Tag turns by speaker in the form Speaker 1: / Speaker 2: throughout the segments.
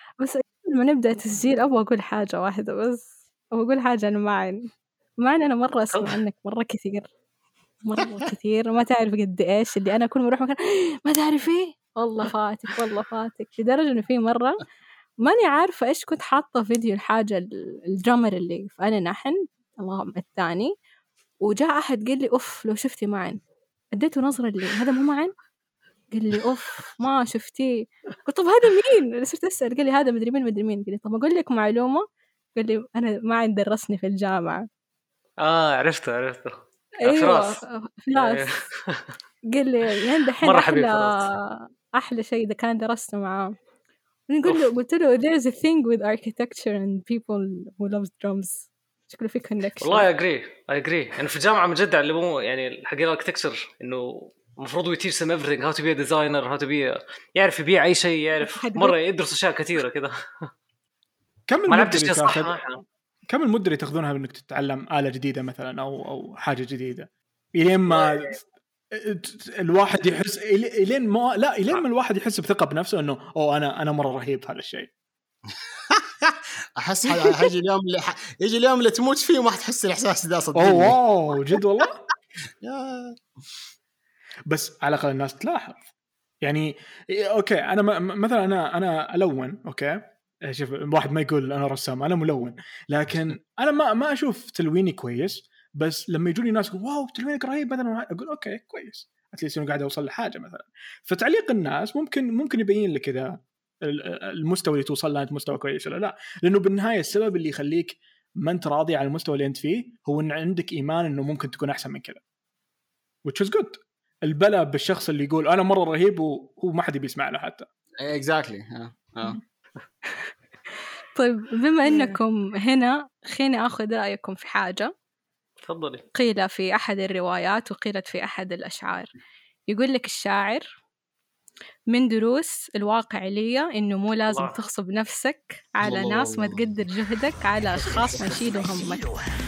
Speaker 1: بس لما نبدأ تسجيل أبغى أقول حاجة واحدة بس، أبغى أقول حاجة أنا معن أنا مرة أسمع عنك مرة كثير ما تعرف قد إيش اللي أنا كل ما أروح مكان ما تعرف إيه والله فاتك لدرجة إنه في مرة ماني عارفة إيش كنت حاطة فيديو الحاجة الدرامر اللي في أنا نحن اللهم الثاني، وجاء أحد قال لي أوف لو شفتي معن، اديته نظرة اللي هذا مو معن، قال لي أوف ما شفتيه، قلت طب هذا مين؟ أنا صرت أسأل، قال لي هذا مدري مين، قال لي طب أقول لك معلومة، قال لي أنا معن درسني في الجامعة.
Speaker 2: عرفته
Speaker 1: أيوة
Speaker 2: فراس.
Speaker 1: قال لي يعني دحين
Speaker 2: مرة حبيب فراس،
Speaker 1: أحلى شيء إذا كان درست معاه. قلت له there's a thing with architecture and people who loves drums، شكله في connection.
Speaker 2: والله I agree أنا في الجامعة من جد علموه يعني الحقيقة architecture إنه المفروض we teach them everything how to be a designer how to be يعرف يبيع أي شيء، يعرف مرة يدرس أشياء كثيرة كذا.
Speaker 3: كم المدة اللي تاخذونها انك تتعلم آلة جديدة مثلا او حاجة جديدة الين ما الواحد يحس الين ما الواحد يحس بثقة بنفسه انه انا مرة رهيب في هذا الشيء؟
Speaker 4: احس يجي اليوم اللي تموت فيه وما حتحس الاحساس ده صدقني.
Speaker 3: واو جد والله. بس على الاقل الناس تلاحظ يعني. اوكي انا مثلا انا الون، اوكي شوف الواحد ما يقول انا رسام انا ملون، لكن انا ما اشوف تلويني كويس، بس لما يجوني ناس يقول واو تلوينك رهيب مثلا اقول اوكي كويس اتليست انه قاعد اوصل لحاجه مثلا. فتعليق الناس ممكن يبين لك كذا المستوى اللي توصل له انت مستوى كويس ولا لا، لانه بالنهايه السبب اللي يخليك ما انت راضي على المستوى اللي انت فيه هو ان عندك ايمان انه ممكن تكون احسن من كذا، which is good. البلا بالشخص اللي يقول انا مره رهيب وهو ما حد بيسمع له حتى.
Speaker 4: exactly.
Speaker 1: طيب بما انكم هنا خليني اخذ رايكم في حاجه.
Speaker 2: تفضلي.
Speaker 1: قيل في احد الروايات وقيلت في احد الاشعار، يقول لك الشاعر من دروس الواقعية إنه مو لازم تغصب نفسك على ناس ما تقدر جهدك على أشخاص ما يشيلوا همك.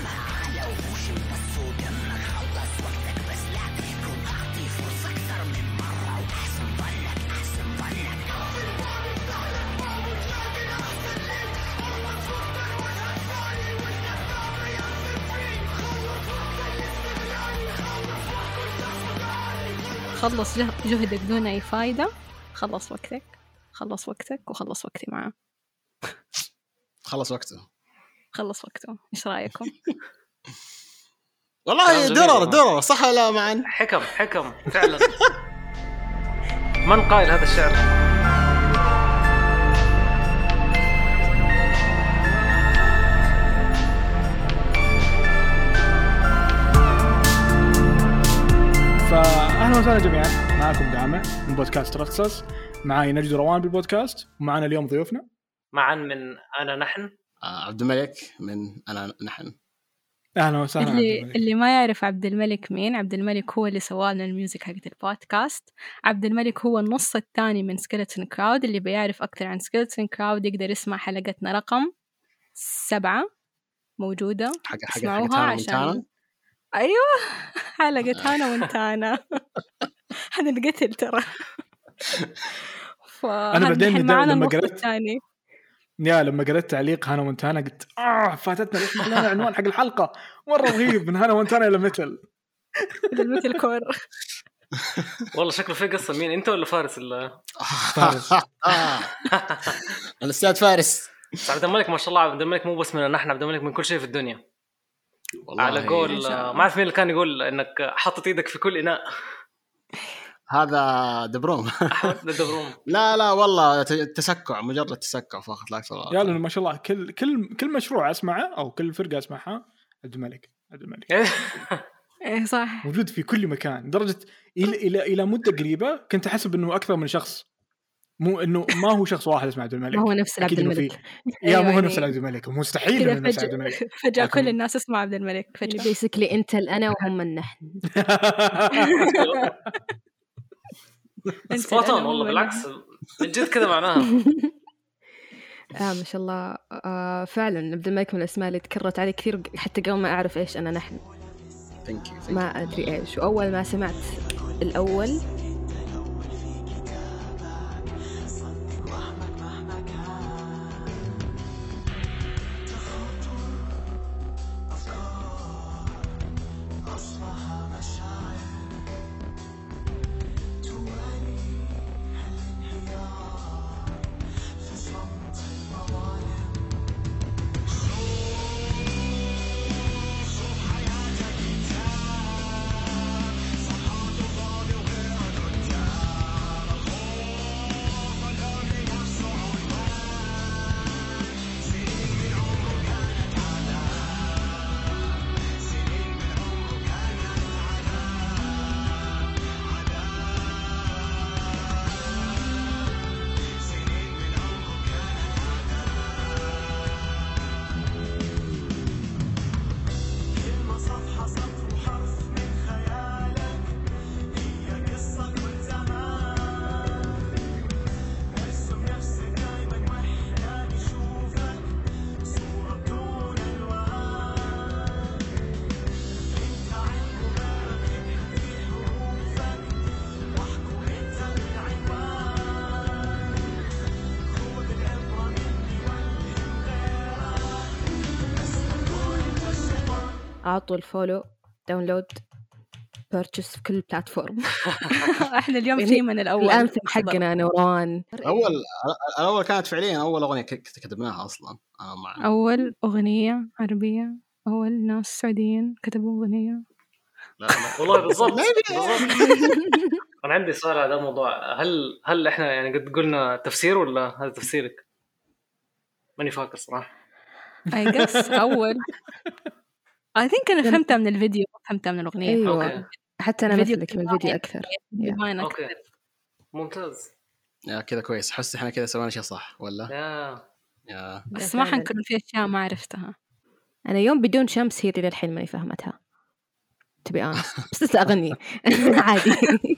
Speaker 1: خلص جهدك دون أي فايدة، خلص وقتك وخلص وقتي معه.
Speaker 4: خلص وقته.
Speaker 1: إيش رأيكم؟
Speaker 4: والله درر صح لا معن
Speaker 2: حكم فعلا. من قائل هذا الشعر؟
Speaker 3: فأهلا وسهلا جميعا، معكم دعمة من بودكاست رقصص. معاي نجد روان بالبودكاست، ومعنا اليوم ضيوفنا
Speaker 2: معا من أنا نحن
Speaker 4: عبد الملك من أنا نحن.
Speaker 3: أهلا وسهلا.
Speaker 1: اللي ما يعرف عبد الملك مين، عبد الملك هو اللي سوالنا الميوزك حقت البودكاست. عبد الملك هو النص الثاني من سكيلتون كراود. اللي بيعرف أكتر عن سكيلتون كراود يقدر يسمع حلقتنا رقم 7 موجودة، اسمعوها عشان أيوة حلقة هانا وانتانا. هنتقتل ترى.
Speaker 3: أنا بعدين لما قرأت لما قرأت تعليق هانا وانتانا قلت فاتتنا اسمه لنا عنوان حق الحلقة مرة رهيب، من هانا وانتانا إلى مثل
Speaker 1: المثل كور.
Speaker 2: والله شكله في قصة. مين أنت ولا فارس؟
Speaker 3: فارس.
Speaker 4: الأستاذ فارس.
Speaker 2: عبد الملك ما شاء الله، عبد الملك مو بس من نحن، عبد الملك من كل شيء في الدنيا. على قول ما أعرف مين اللي كان يقول إنك حطت إيدك في كل إناء.
Speaker 4: هذا دبروم. لا والله تسكع، مجرد تسكع فقط لا أكثر.
Speaker 3: يا لأنه ما شاء الله كل مشروع أسمعه أو كل فرقة أسمعها عبد الملك.
Speaker 1: إيه صح،
Speaker 3: موجود في كل مكان، درجة إلى مدة قريبة كنت أحسب إنه أكثر من شخص، مو إنه ما هو شخص واحد اسمه عبد الملك.
Speaker 1: ما هو نفس عبد الملك.
Speaker 3: مو هو نفس عبد الملك، مستحيل إنه نفس عبد الملك.
Speaker 1: فجأة كل الناس اسمه عبد الملك. فجأة
Speaker 5: بيسكلي أنت الأنا وهم النحن.
Speaker 2: سباطان والله، بالعكس من جد كذا معناها.
Speaker 5: ما شاء الله. فعلا عبد الملك من الأسماء اللي تكررت علي كثير حتى قبل ما أعرف إيش أنا نحن. ما أدري إيش. وأول ما سمعت أعطوا الفولو داونلود بيرتشس في كل بلاتفورم.
Speaker 1: احنا اليوم في من الأول
Speaker 5: الأنثم حقنا نوران.
Speaker 4: الأول كانت فعليا أول أغنية كتبناها أصلا مع
Speaker 1: أول أغنية عربية، أول ناس سعوديين كتبوا أغنية.
Speaker 2: لا والله بالضبط. أنا عندي سؤال على الموضوع، هل إحنا يعني قد قلنا تفسير ولا هذا تفسيرك؟ ماني فاكر صراحة.
Speaker 1: I guess أول I think أنا فهمتها من الفيديو، فهمتها من الأغنية.
Speaker 5: أيوة.
Speaker 2: أوكي.
Speaker 5: حتى أنا مثلك من الفيديو أكثر.
Speaker 2: أوكي ممتاز.
Speaker 4: يا كذا كويس، حس إحنا كذا سوينا شيء صح ولا؟
Speaker 2: يا
Speaker 1: بس ما حنكون في أشياء ما عرفتها.
Speaker 5: أنا يوم بدون شمس هي للحين ماني فهمتها تبي أنا بس أغني عادي.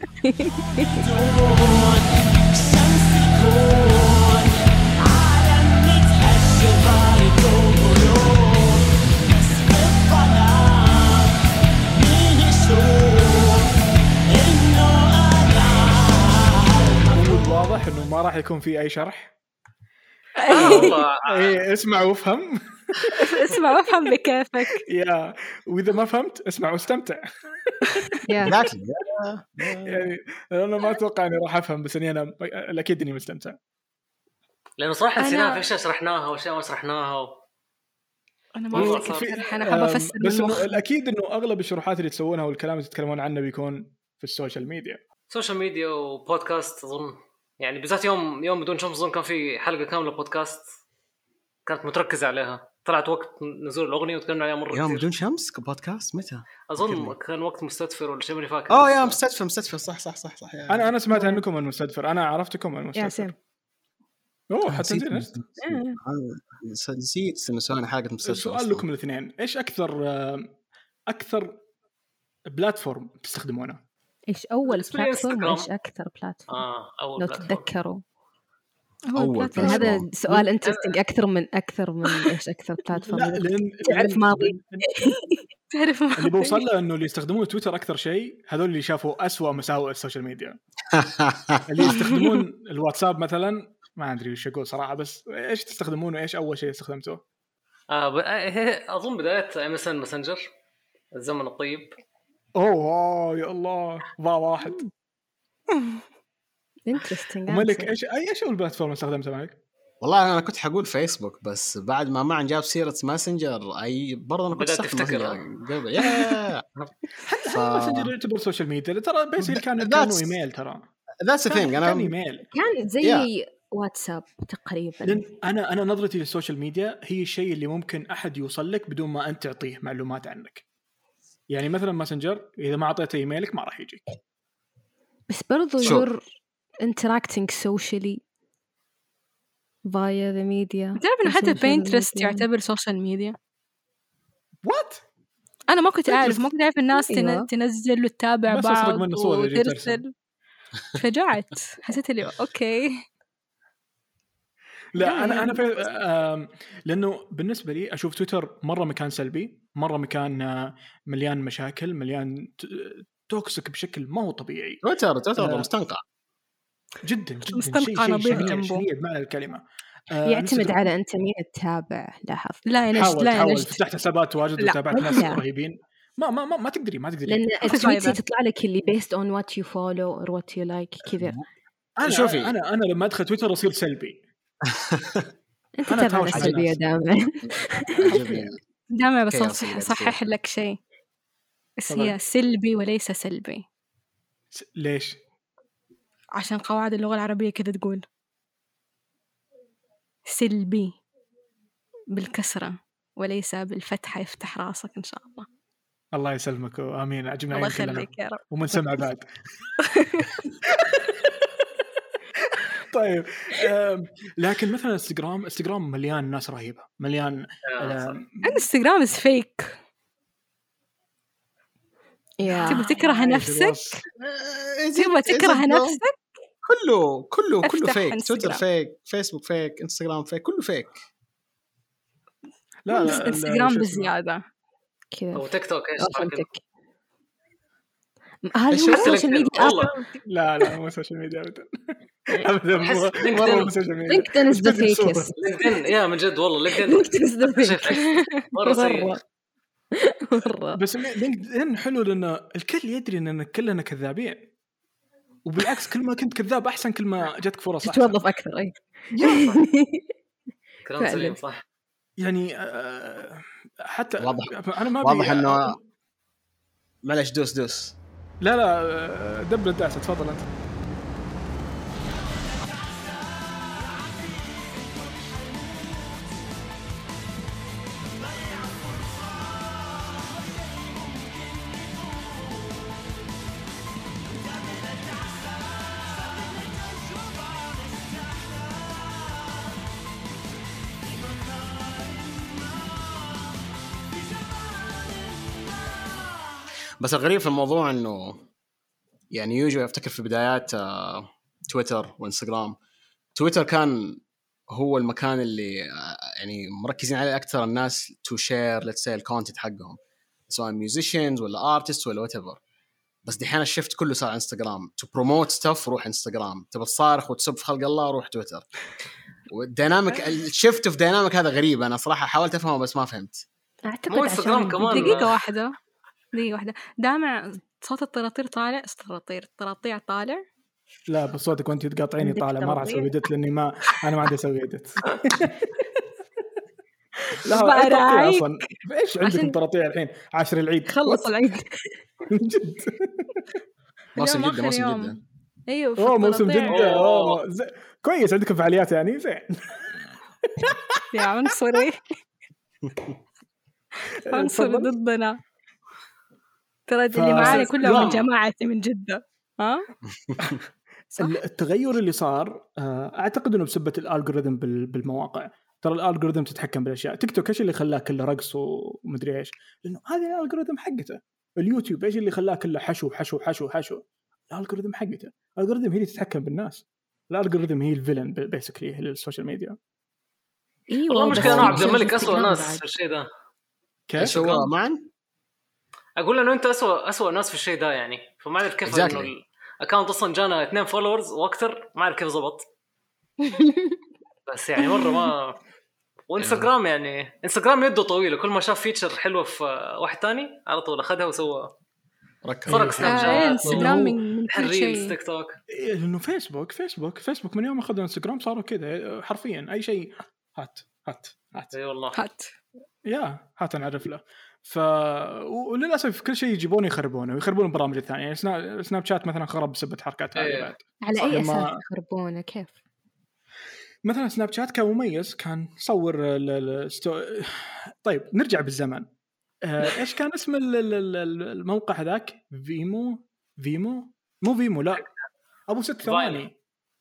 Speaker 3: واضح إنه ما راح يكون في أي شرح.
Speaker 2: والله
Speaker 3: اسمع وافهم.
Speaker 1: اسمع وافهم بكيفك.
Speaker 3: يا وإذا ما فهمت اسمع واستمتع.
Speaker 4: يعني
Speaker 3: أنا ما أتوقع إني راح أفهم، بس إني أنا أكيد إني مستمتع.
Speaker 2: لأنه صراحة نسينا في أشياء شرحناها وأشياء ما شرحناها.
Speaker 1: أنا ما أفكر، أنا حاب أفسر.
Speaker 3: بس الأكيد إنه أغلب الشروحات اللي تسوونها والكلام اللي تتكلمون عنه بيكون في السوشيال ميديا
Speaker 2: وبودكاست أظن، يعني بالذات يوم بدون شمس أظن كان في حلقة كاملة بودكاست كانت متركزة عليها، طلعت وقت نزول الأغنية وتكلمنا عليها مرة كثير.
Speaker 4: يوم بدون شمس بودكاست متى؟
Speaker 2: أظن كان وقت مستدفر ولا شيء ماني فاكر.
Speaker 4: يا مستدفر صح
Speaker 3: يعني. أنا سمعت عنكم المستدفر، أنا عرفتكم المستدفر. حتى
Speaker 4: نسيت سوينا حلقة مستدفر.
Speaker 3: سؤال لكم الاثنين، إيش أكثر بلاتفورم تستخدمونه؟
Speaker 5: إيش أول بلاتفورم وإيش أكثر بلاتفورم؟ لو تتذكروا
Speaker 3: أول
Speaker 5: هذا سؤال انترستينج أكثر من إيش أكثر بلاتفورم. تعرف ماضي
Speaker 3: اللي بوصل له إنه اللي يستخدمون تويتر أكثر شيء هذول اللي شافوا أسوأ مساوئ السوشيال ميديا. اللي يستخدمون الواتساب مثلا ما أدري وش أقول صراحة، بس إيش تستخدمونه؟ إيش أول شيء استخدمته؟
Speaker 2: أظن بداية مثلا ماسنجر الزمن الطيب.
Speaker 3: يا الله واحد.
Speaker 5: انترستينج.
Speaker 3: وملك ايش اول بلاتفورم استخدمتها معك؟
Speaker 4: والله انا كنت حقول فيسبوك، بس بعد ما معن جاب سيره ماسنجر برضه انا كنت
Speaker 2: استخدم
Speaker 4: قبل.
Speaker 3: ماسنجر يعتبر سوشيال ميديا ترى، بس كانوا ايميل ترى.
Speaker 4: ذاتس ثينج. انا
Speaker 5: كان زي واتساب تقريبا.
Speaker 3: لأن انا نظرتي للسوشيال ميديا هي الشيء اللي ممكن احد يوصل لك بدون ما انت تعطيه معلومات عنك. يعني مثلا ماسنجر اذا ما اعطيته ايميلك ما راح يجيك.
Speaker 5: بس برضو you're interacting socially via the media.
Speaker 1: تعرف إنه حتى بينترست يعتبر سوشيال ميديا؟
Speaker 3: What؟
Speaker 1: أنا ما كنت أعرف الناس تنزل وتتابع بعض وترسل. فجعت حسيت لي أوكي.
Speaker 3: لا أنا لأنه بالنسبة لي أشوف تويتر مرة مكان سلبي، مرة مكان مليان مشاكل، مليان توكسيك بشكل ما هو طبيعي.
Speaker 4: تويتر مستنقع
Speaker 3: جدا
Speaker 1: مستنقع نظيف جنبه
Speaker 3: بمعنى الكلمة.
Speaker 5: يعتمد على أنت مين تتابع. لاحظ
Speaker 3: حاول فتحت حسابات واجد وتابعت ناس رهيبين. ما تقدري
Speaker 5: لأن التويتر تطلع لك اللي based on what you follow or what you like كذا.
Speaker 3: أنا لما أدخل تويتر أصير سلبي.
Speaker 5: أنت تابع السلبية
Speaker 1: دائما بس صحح لك شيء، بس هي سلبي وليس سلبي.
Speaker 3: ليش؟
Speaker 1: عشان قواعد اللغة العربية كذا تقول سلبي بالكسرة وليس بالفتحة، يفتح راسك إن شاء الله.
Speaker 3: الله يسلمك وآمين. عجبنا
Speaker 1: الله يخليك يا رب.
Speaker 3: ومن سمع بعد. طيب لكن مثلا انستغرام مليان ناس رهيبة، مليان.
Speaker 1: انستغرام is fake. تبغى تكره نفسك، تبغى تكره نفسك.
Speaker 4: كله فيك. تويتر فيك، فيسبوك فيك، انستغرام فيك، كله فيك.
Speaker 3: لا
Speaker 1: انستغرام بزيادة
Speaker 5: كذا.
Speaker 2: أو تيك توك
Speaker 5: هل هو سوشيال ميديا؟
Speaker 3: لا مو سوشيال ميديا أبدا. مرة سوشيال ميديا.
Speaker 5: لينكدين is the fakest.
Speaker 2: لينكدين يا من جد والله لينكدين مرة سيء.
Speaker 3: بس لينكدين حلو لأنه الكل يدري أننا كلنا كذابين، وبالعكس كل ما كنت كذاب أحسن كل ما جاتك فرص أحسن
Speaker 5: تتوظف أكثر. أي
Speaker 2: كلام سليم صح.
Speaker 3: يعني حتى
Speaker 4: أنا ما واضح إنه معلش دوس
Speaker 3: لا دبل الدعسة تفضل أنت.
Speaker 4: بس الغريب في الموضوع انه يعني يوجو افتكر في بدايات تويتر وانستغرام، تويتر كان هو المكان اللي يعني مركزين عليه اكثر الناس تو شير ليتس سي الكونتنت حقهم، سواء ميوزيشنز ولا ارتست ولا وات ايفر. بس دحين الشفت كله صار انستغرام، تو بروموت ستاف روح انستغرام، تبغى تصارخ وتسب في خلق الله روح تويتر. والديناميك الشفت في ديناميك هذا غريب، انا صراحه حاولت افهمه بس ما فهمت.
Speaker 5: اعتقد عشان
Speaker 1: دقيقه واحده دامع صوت الطراطير طالع، الطراطيع طالع.
Speaker 3: لا بس صوتك وانت تقاطعيني طالع، ما راح اسوي ادت لاني انا ما عندي اسوي ادت. لا طراطيع اصلا ايش عندكم طراطيع الحين 10 العيد
Speaker 5: خلص العيد
Speaker 3: جد
Speaker 4: موسم جدا
Speaker 1: ايوه
Speaker 3: موسم جدا كويس عندكم فعاليات يعني زين
Speaker 1: يا عنصري عنصري ضدنا ترى اللي معانا كلهم من جماعتي من جدة. ها
Speaker 3: التغير اللي صار اعتقد انه بسبب الالغوريثم بالمواقع. ترى الالغوريثم تتحكم بالاشياء. تيك توك ايش اللي خلاه كله رقص ومدري ايش؟ لانه هذا الالغوريثم حقته. اليوتيوب ايش اللي خلاه كله حشو حشو حشو حشو؟ الالغوريثم حقته. الالغوريثم هي اللي تتحكم بالناس. الالغوريثم هي الفيلن بيسكلي للسوشيال ميديا.
Speaker 5: ايوه
Speaker 2: والله مشكلة عبد الملك اسوأ ناس في الشيء ده.
Speaker 4: كيف هو معن؟
Speaker 2: اقول انه انت اسوأ ناس في الشيء ده يعني، فما اعرف كيف انه الاكونت اصلا جانا 2 فولورز واكثر، ما اعرف كيف زبط. بس يعني مره ما. وانستغرام يعني انستغرام يده طويله، كل ما شاف فيتشر حلوه في واحد تاني على طول اخذها وسوى فرق سناب شات
Speaker 1: انستغرام من كل
Speaker 2: شيء تيك توك.
Speaker 3: لانه فيسبوك من يوم اخذوا انستغرام صاروا كذا حرفيا اي شيء هات
Speaker 2: اي والله
Speaker 3: هات نعرف له. وللاسف كل شيء يجيبونه يخربونه ويخربون البرامج الثانيه. يعني سناب شات مثلا خرب بسبب حركات هذه بعد.
Speaker 5: على اي اساس يخربونه؟ كيف
Speaker 3: مثلا سناب شات كان مميز، كان صور طيب نرجع بالزمن. ايش كان اسم الموقع هذاك؟ فيمو لا ابو 6 ثواني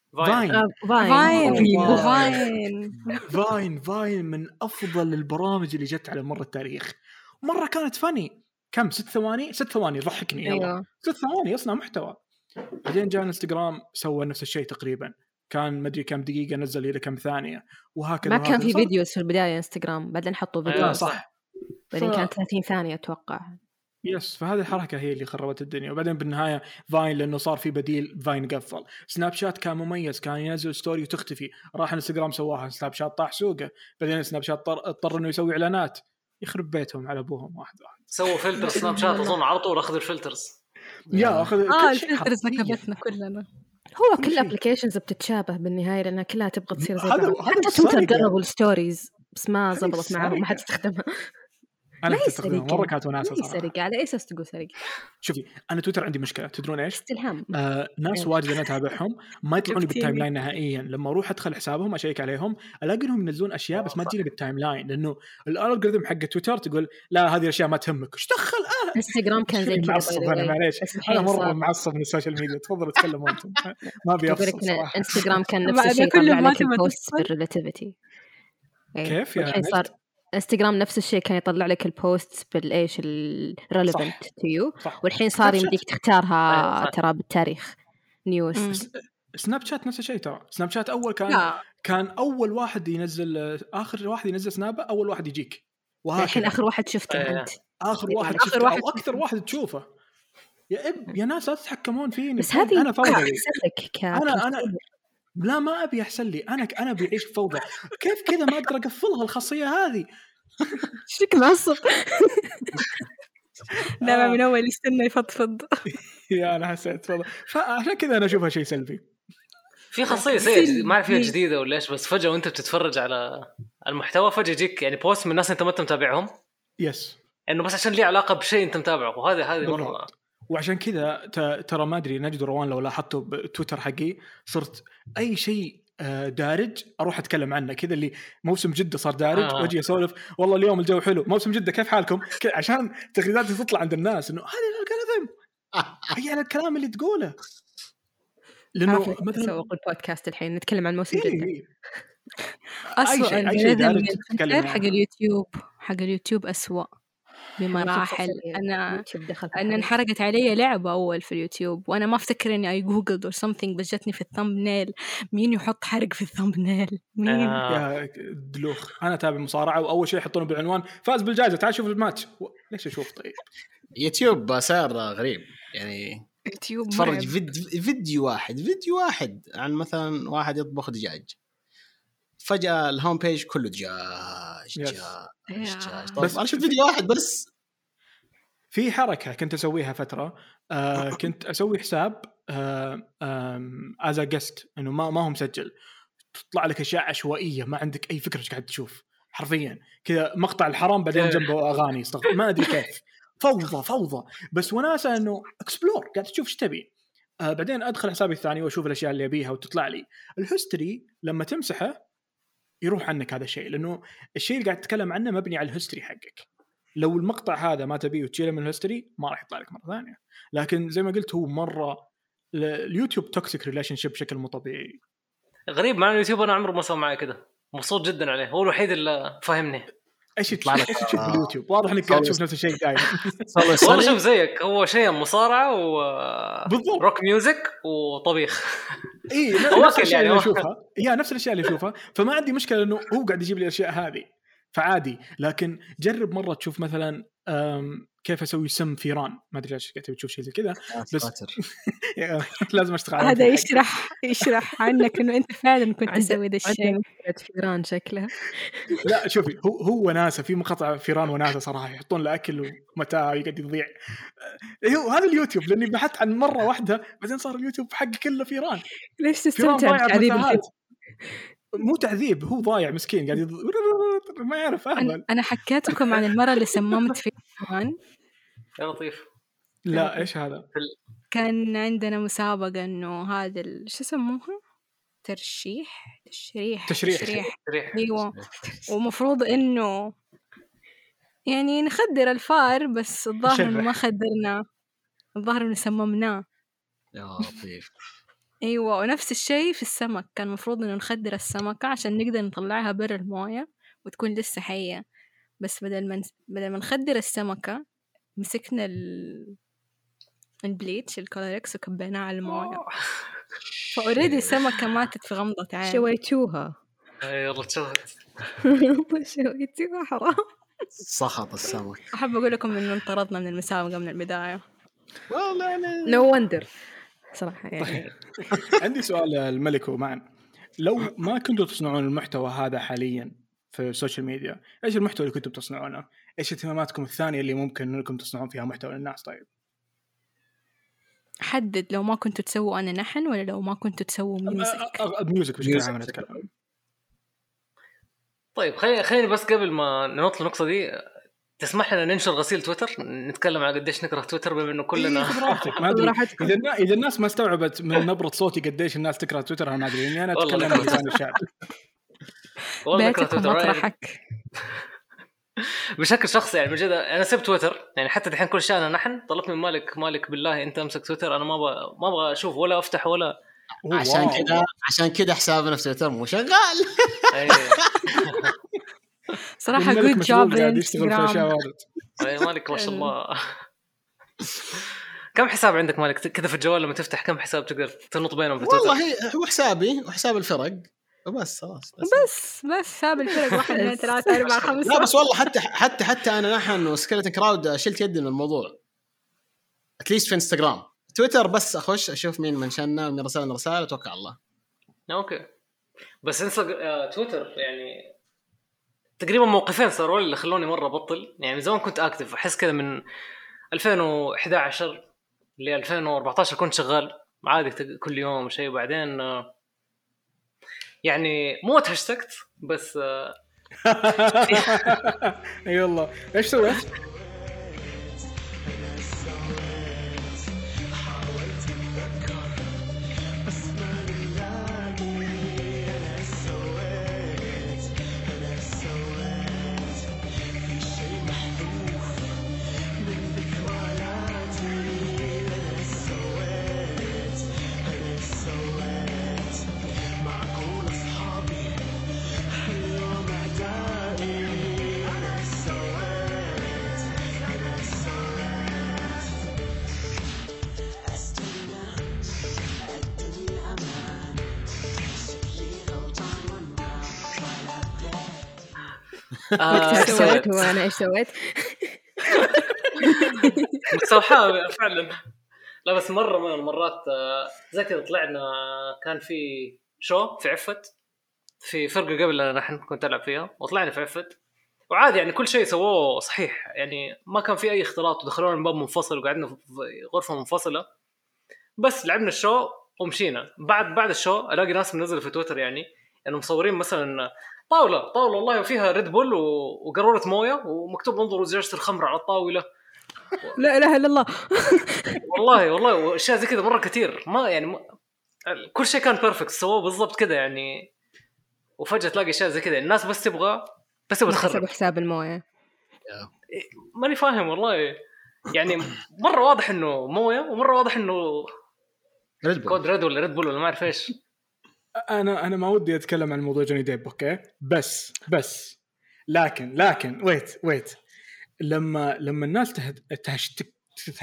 Speaker 3: فاين من افضل البرامج اللي جت على مر التاريخ. مره كانت فاني. كم 6 ثواني ضحكني. يلا 6 ثواني اصنع محتوى. بعدين جاء انستغرام سوى نفس الشيء تقريبا، كان مدري كم دقيقه نزل الى كم ثانيه وهكذا.
Speaker 5: ما كان في فيديوز في البدايه انستغرام، بعدين حطوا فيديو
Speaker 3: صح
Speaker 5: بعدين كانت 30 ثانيه اتوقع.
Speaker 3: يس فهذه الحركه هي اللي خربت الدنيا. وبعدين بالنهايه فاين لانه صار في بديل فاين قفل. سناب شات كان مميز، كان ينزل ستوري وتختفي. راح انستغرام سواها، سناب شات طاح سوقه. بعدين سناب شات اضطر انه يسوي اعلانات. يخرب بيتهم على ابوهم واحد
Speaker 2: سووا فلتر سناب شات اظن على طول اخذوا الفلترز.
Speaker 3: اخذ
Speaker 1: الفلترز نكبتنا كلنا.
Speaker 5: هو كل الابلكيشنز بتتشابه بالنهايه لانها كلها تبغى تصير زي بعض. حتى تويتر قربوا الستوريز بس ما زبطت معهم، ما حد استخدمها.
Speaker 3: انا استخدمها مره كانت وناسه صراحه.
Speaker 5: سرقه على اي اساس تقول سرقه؟
Speaker 3: شوفي انا تويتر عندي مشكله تدرون ايش؟
Speaker 5: استلهام.
Speaker 3: ناس واجد انا اتابعهم ما يطلعوني بالتايم لاين نهائيا. لما اروح ادخل حسابهم اشيك عليهم الاقي انهم ينزلون اشياء بس ما تجيني بالتايم لاين، لانه الالغوريثم حق تويتر تقول لا هذه الاشياء ما تهمك. ايش دخل
Speaker 5: انستغرام كان زي كذا.
Speaker 3: انا معليش انا مره معصب من السوشيال ميديا. تفضلوا تكلموا انتم ما بيفصل صراحه.
Speaker 5: انستغرام كان نفس الشيء يطلع لك البوست بالريلاتيفيتي.
Speaker 3: كيف يعني
Speaker 5: صار انستغرام نفس الشيء كان يطلع لك البوست بالايش الريليفنت تو يو، والحين صار يمديك تختارها ترى بالتاريخ نيوز.
Speaker 3: سناب شات نفس الشيء ترى. سناب شات اول كان اول واحد ينزل، اخر واحد ينزل سناب اول واحد يجيك،
Speaker 5: الحين اخر واحد شفته انت.
Speaker 3: اخر واحد شفته او اكثر واحد تشوفه. يا ناس لا تتحكمون فيني.
Speaker 5: بس هذه
Speaker 3: انا فوضى.
Speaker 5: انا
Speaker 3: لا ما ابي يحصل لي. انا ابي اعيش فوضى. كيف كذا ما اقدر اقفلها الخاصيه هذه؟
Speaker 5: شك معصب.
Speaker 1: لا من اول يستنى يفضفض.
Speaker 3: يا انا حسيت والله، فعشان كذا انا اشوفها شيء سلبي.
Speaker 2: في خاصيه سيئه ما اعرف فيها جديده ولا ايش، بس فجاه وانت بتتفرج على المحتوى فجاه يجيك يعني بوست من ناس انت ما متابعهم،
Speaker 3: يس
Speaker 2: انه بس عشان ليه علاقه بشيء انت متابعه، وهذه مره.
Speaker 3: وعشان كذا ترى ما ادري نجد روان لو لاحظتوا بتويتر حقي صرت اي شيء دارج اروح اتكلم عنه كذا، اللي موسم جدة صار دارج واجي اسولف والله اليوم الجو حلو موسم جدة كيف حالكم عشان تغريداتي تطلع عند الناس انه هذا الكلام هي الكلام اللي تقوله، لانه
Speaker 5: مثلا سوق البودكاست الحين نتكلم عن موسم جدة.
Speaker 1: أسوأ الجدل حق اليوتيوب أسوأ بمراحل. أنا انحرقت علي لعبة أول في اليوتيوب وأنا ما أفتكر إني جوجلد or something، بس جتني في الثامبنيل. مين يحط حرق في الثامبنيل؟ مين؟
Speaker 3: يا دلوخ أنا تابع مصارعة وأول شيء يحطونه بالعنوان فاز بالجائزة تعال شوف الماتش. ليش أشوف؟ طيب
Speaker 4: يوتيوب صار غريب يعني.
Speaker 1: يوتيوب
Speaker 4: تفرج فيديو واحد عن مثلا واحد يطبخ دجاج، فجأة الهوم بيج كله دجاج. بس أنا شفت فيديو واحد بس.
Speaker 3: في حركة كنت أسويها فترة كنت أسوي حساب as a guest إنه ما هو مسجل، تطلع لك أشياء عشوائية ما عندك أي فكرة إيش قاعد تشوف، حرفيا كذا مقطع الحرام بعدين جنبه أغاني استغفر ما أدري كيف، فوضى بس وناسة إنه اكسبلور قاعد تشوف إيش تبي. بعدين أدخل حسابي الثاني وأشوف الأشياء اللي أبيها وتطلع لي الهيستوري. لما تمسحه يروح عنك هذا الشيء، لأنه الشيء اللي قاعد تتكلم عنه مبني على الهيستوري حقك. لو المقطع هذا ما تبيه وتشيله من الهيستوري ما راح يطلع لك مرة ثانية. لكن زي ما قلت هو مرة اليوتيوب توكسيك ريليشن شيب بشكل مو طبيعي.
Speaker 2: غريب مع اليوتيوب أنا عمره ما صار معي كده، مبسوط جدا عليه، هو الوحيد اللي فاهمني.
Speaker 3: ايش يطلع لك تشوف اليوتيوب؟ واضح انك قاعد تشوف نفس الشيء دايما.
Speaker 2: والله شوف زيك، هو شيء مصارعة وروك ميوزك وطبيخ.
Speaker 3: اي نفس الاشياء اللي اشوفها، نفس الاشياء اللي اشوفها، فما عندي مشكله انه هو قاعد يجيب لي الاشياء هذه فعادي. لكن جرب مره تشوف مثلا كيف اسوي سم فيران، ما ادري ليش قاعد تشوف شيء زي كذا بس لازم اشتغل على
Speaker 1: هذا يشرح عنك انه انت فعلا كنت تسوي ذا الشيء.
Speaker 5: فيران شكلها
Speaker 3: لا شوفي هو وناسه في مقاطع فيران وناسه صراحه يحطون له اكل ومتاع يقعد يضيع. هو هذا اليوتيوب لاني بحثت عن مره واحده بعدين صار اليوتيوب حق كله فيران.
Speaker 1: ليش تستمتع بتعذيب الفيلم؟
Speaker 3: مو تعذيب، هو ضايع مسكين قاعد ما يعرف أهبل.
Speaker 1: أنا حكيتكم عن المرة اللي سممت فيها.
Speaker 2: يا لطيف.
Speaker 3: لا إيش هذا؟
Speaker 1: كان عندنا مسابقة إنه هذا شو يسموها؟ تشريح. أيوة. ومفروض إنه يعني نخدر الفار، بس الظاهر إنه ما خدرنا، الظاهر إنه سممناه.
Speaker 4: يا لطيف.
Speaker 1: أيوة. ونفس الشيء في السمك، كان مفروض إنه نخدر السمكة عشان نقدر نطلعها برا الموية وتكون لسه حية، بس بدل ما نخدر السمكة مسكنا البليتش الكولوريكس وكبيناه على الموية، فأوريدي السمكة ماتت في غمضة عين.
Speaker 5: شويتوها.
Speaker 2: يلا تشوهت.
Speaker 1: شويتوها حرام.
Speaker 4: سخط السمك.
Speaker 1: أحب أقول لكم إنه انطردنا من المسابقة من البداية.
Speaker 4: والله يعني
Speaker 5: no wonder صراحة يعني.
Speaker 3: عندي سؤال الملك ومعن، لو ما كنتوا تصنعون المحتوى هذا حاليا في السوشيال ميديا، ايش المحتوى اللي كنتوا تصنعونه؟ ايش اهتماماتكم الثانية اللي ممكن انكم تصنعون فيها محتوى للناس؟ طيب
Speaker 1: حدد، لو ما كنتوا تسووا أنا نحن، ولا لو ما كنتوا تسووا
Speaker 3: ميوزك بشكل عام نتكلم.
Speaker 2: طيب خليني بس قبل ما ننط النقطة دي تسمح لنا ننشر غسيل تويتر، نتكلم على قديش نكره تويتر بما انه كلنا
Speaker 3: ما ادري اذا الناس ما استوعبت من نبرة صوتي قديش الناس تكره تويتر، انا ما ادري اني انا اتكلم بلسان الشعب.
Speaker 2: والله نكره تويتر بشكل شخصي يعني بجد. انا سبت تويتر يعني حتى الحين كل شيء انا نحن طلبت من مالك بالله انت امسك تويتر، انا ما ابغى اشوف ولا افتح ولا.
Speaker 4: عشان كده حسابنا في تويتر مو شغال.
Speaker 1: صراحة good job
Speaker 3: انستغرام.
Speaker 2: مالك ما شاء الله. كم حساب عندك مالك كذا في الجوال لما تفتح؟ كم حساب تقدر تنط بينهم في تويتر؟
Speaker 4: والله هو حسابي وحساب الفرق وبس خلاص.
Speaker 1: بس حساب الفرق 1 2 3 4 5.
Speaker 4: لا بس والله حتى انا نحن وسكيلتون كراود شلت يدي من الموضوع اتليست في انستغرام. تويتر بس اخش اشوف مين منشنا ومين رسالنا رسالة اتوقع الله.
Speaker 2: اوكي بس تويتر يعني تقريبا موقفين صاروا اللي خلوني مره بطل. يعني من زمان كنت اكتف، احس كذا من 2011 ل 2014 كنت شغال عادي كل يوم شيء، وبعدين يعني مو اتهشتكت بس
Speaker 3: اي والله. ايش سويت؟
Speaker 5: سويت وانا ايش سويت
Speaker 2: مستوحى فعلا. لا بس مره من المرات زي كذا طلعنا، كان في شو في عفت في فرقه قبل نحن كنت العب فيها، وطلعنا في عفت وعادي يعني كل شيء سووه صحيح، يعني ما كان في اي اختلاط، ودخلونا من باب منفصل وقعدنا في غرفه منفصله، بس لعبنا الشو ومشينا. بعد الشو الاقي ناس منزله في تويتر يعني انه مصورين مثلا طاوله والله وفيها ريد بول وقاروره مويه ومكتوب انظروا زجاجه الخمر على الطاوله.
Speaker 5: لا اله الا الله.
Speaker 2: والله واشياء زي كذا مره كتير، ما يعني كل شيء كان بيرفكت سووه بالضبط كذا يعني. وفجاه تلاقي اشياء زي كذا الناس بس تبغى تخرب
Speaker 5: حساب المويه.
Speaker 2: ماني فاهم والله يعني. مره واضح انه مويه ومره واضح انه كود ريد ولا ريد بول ولا ما اعرف ايش.
Speaker 3: انا ما ودي اتكلم عن موضوع جوني ديب اوكي، بس لكن ويت لما الناس تهشتك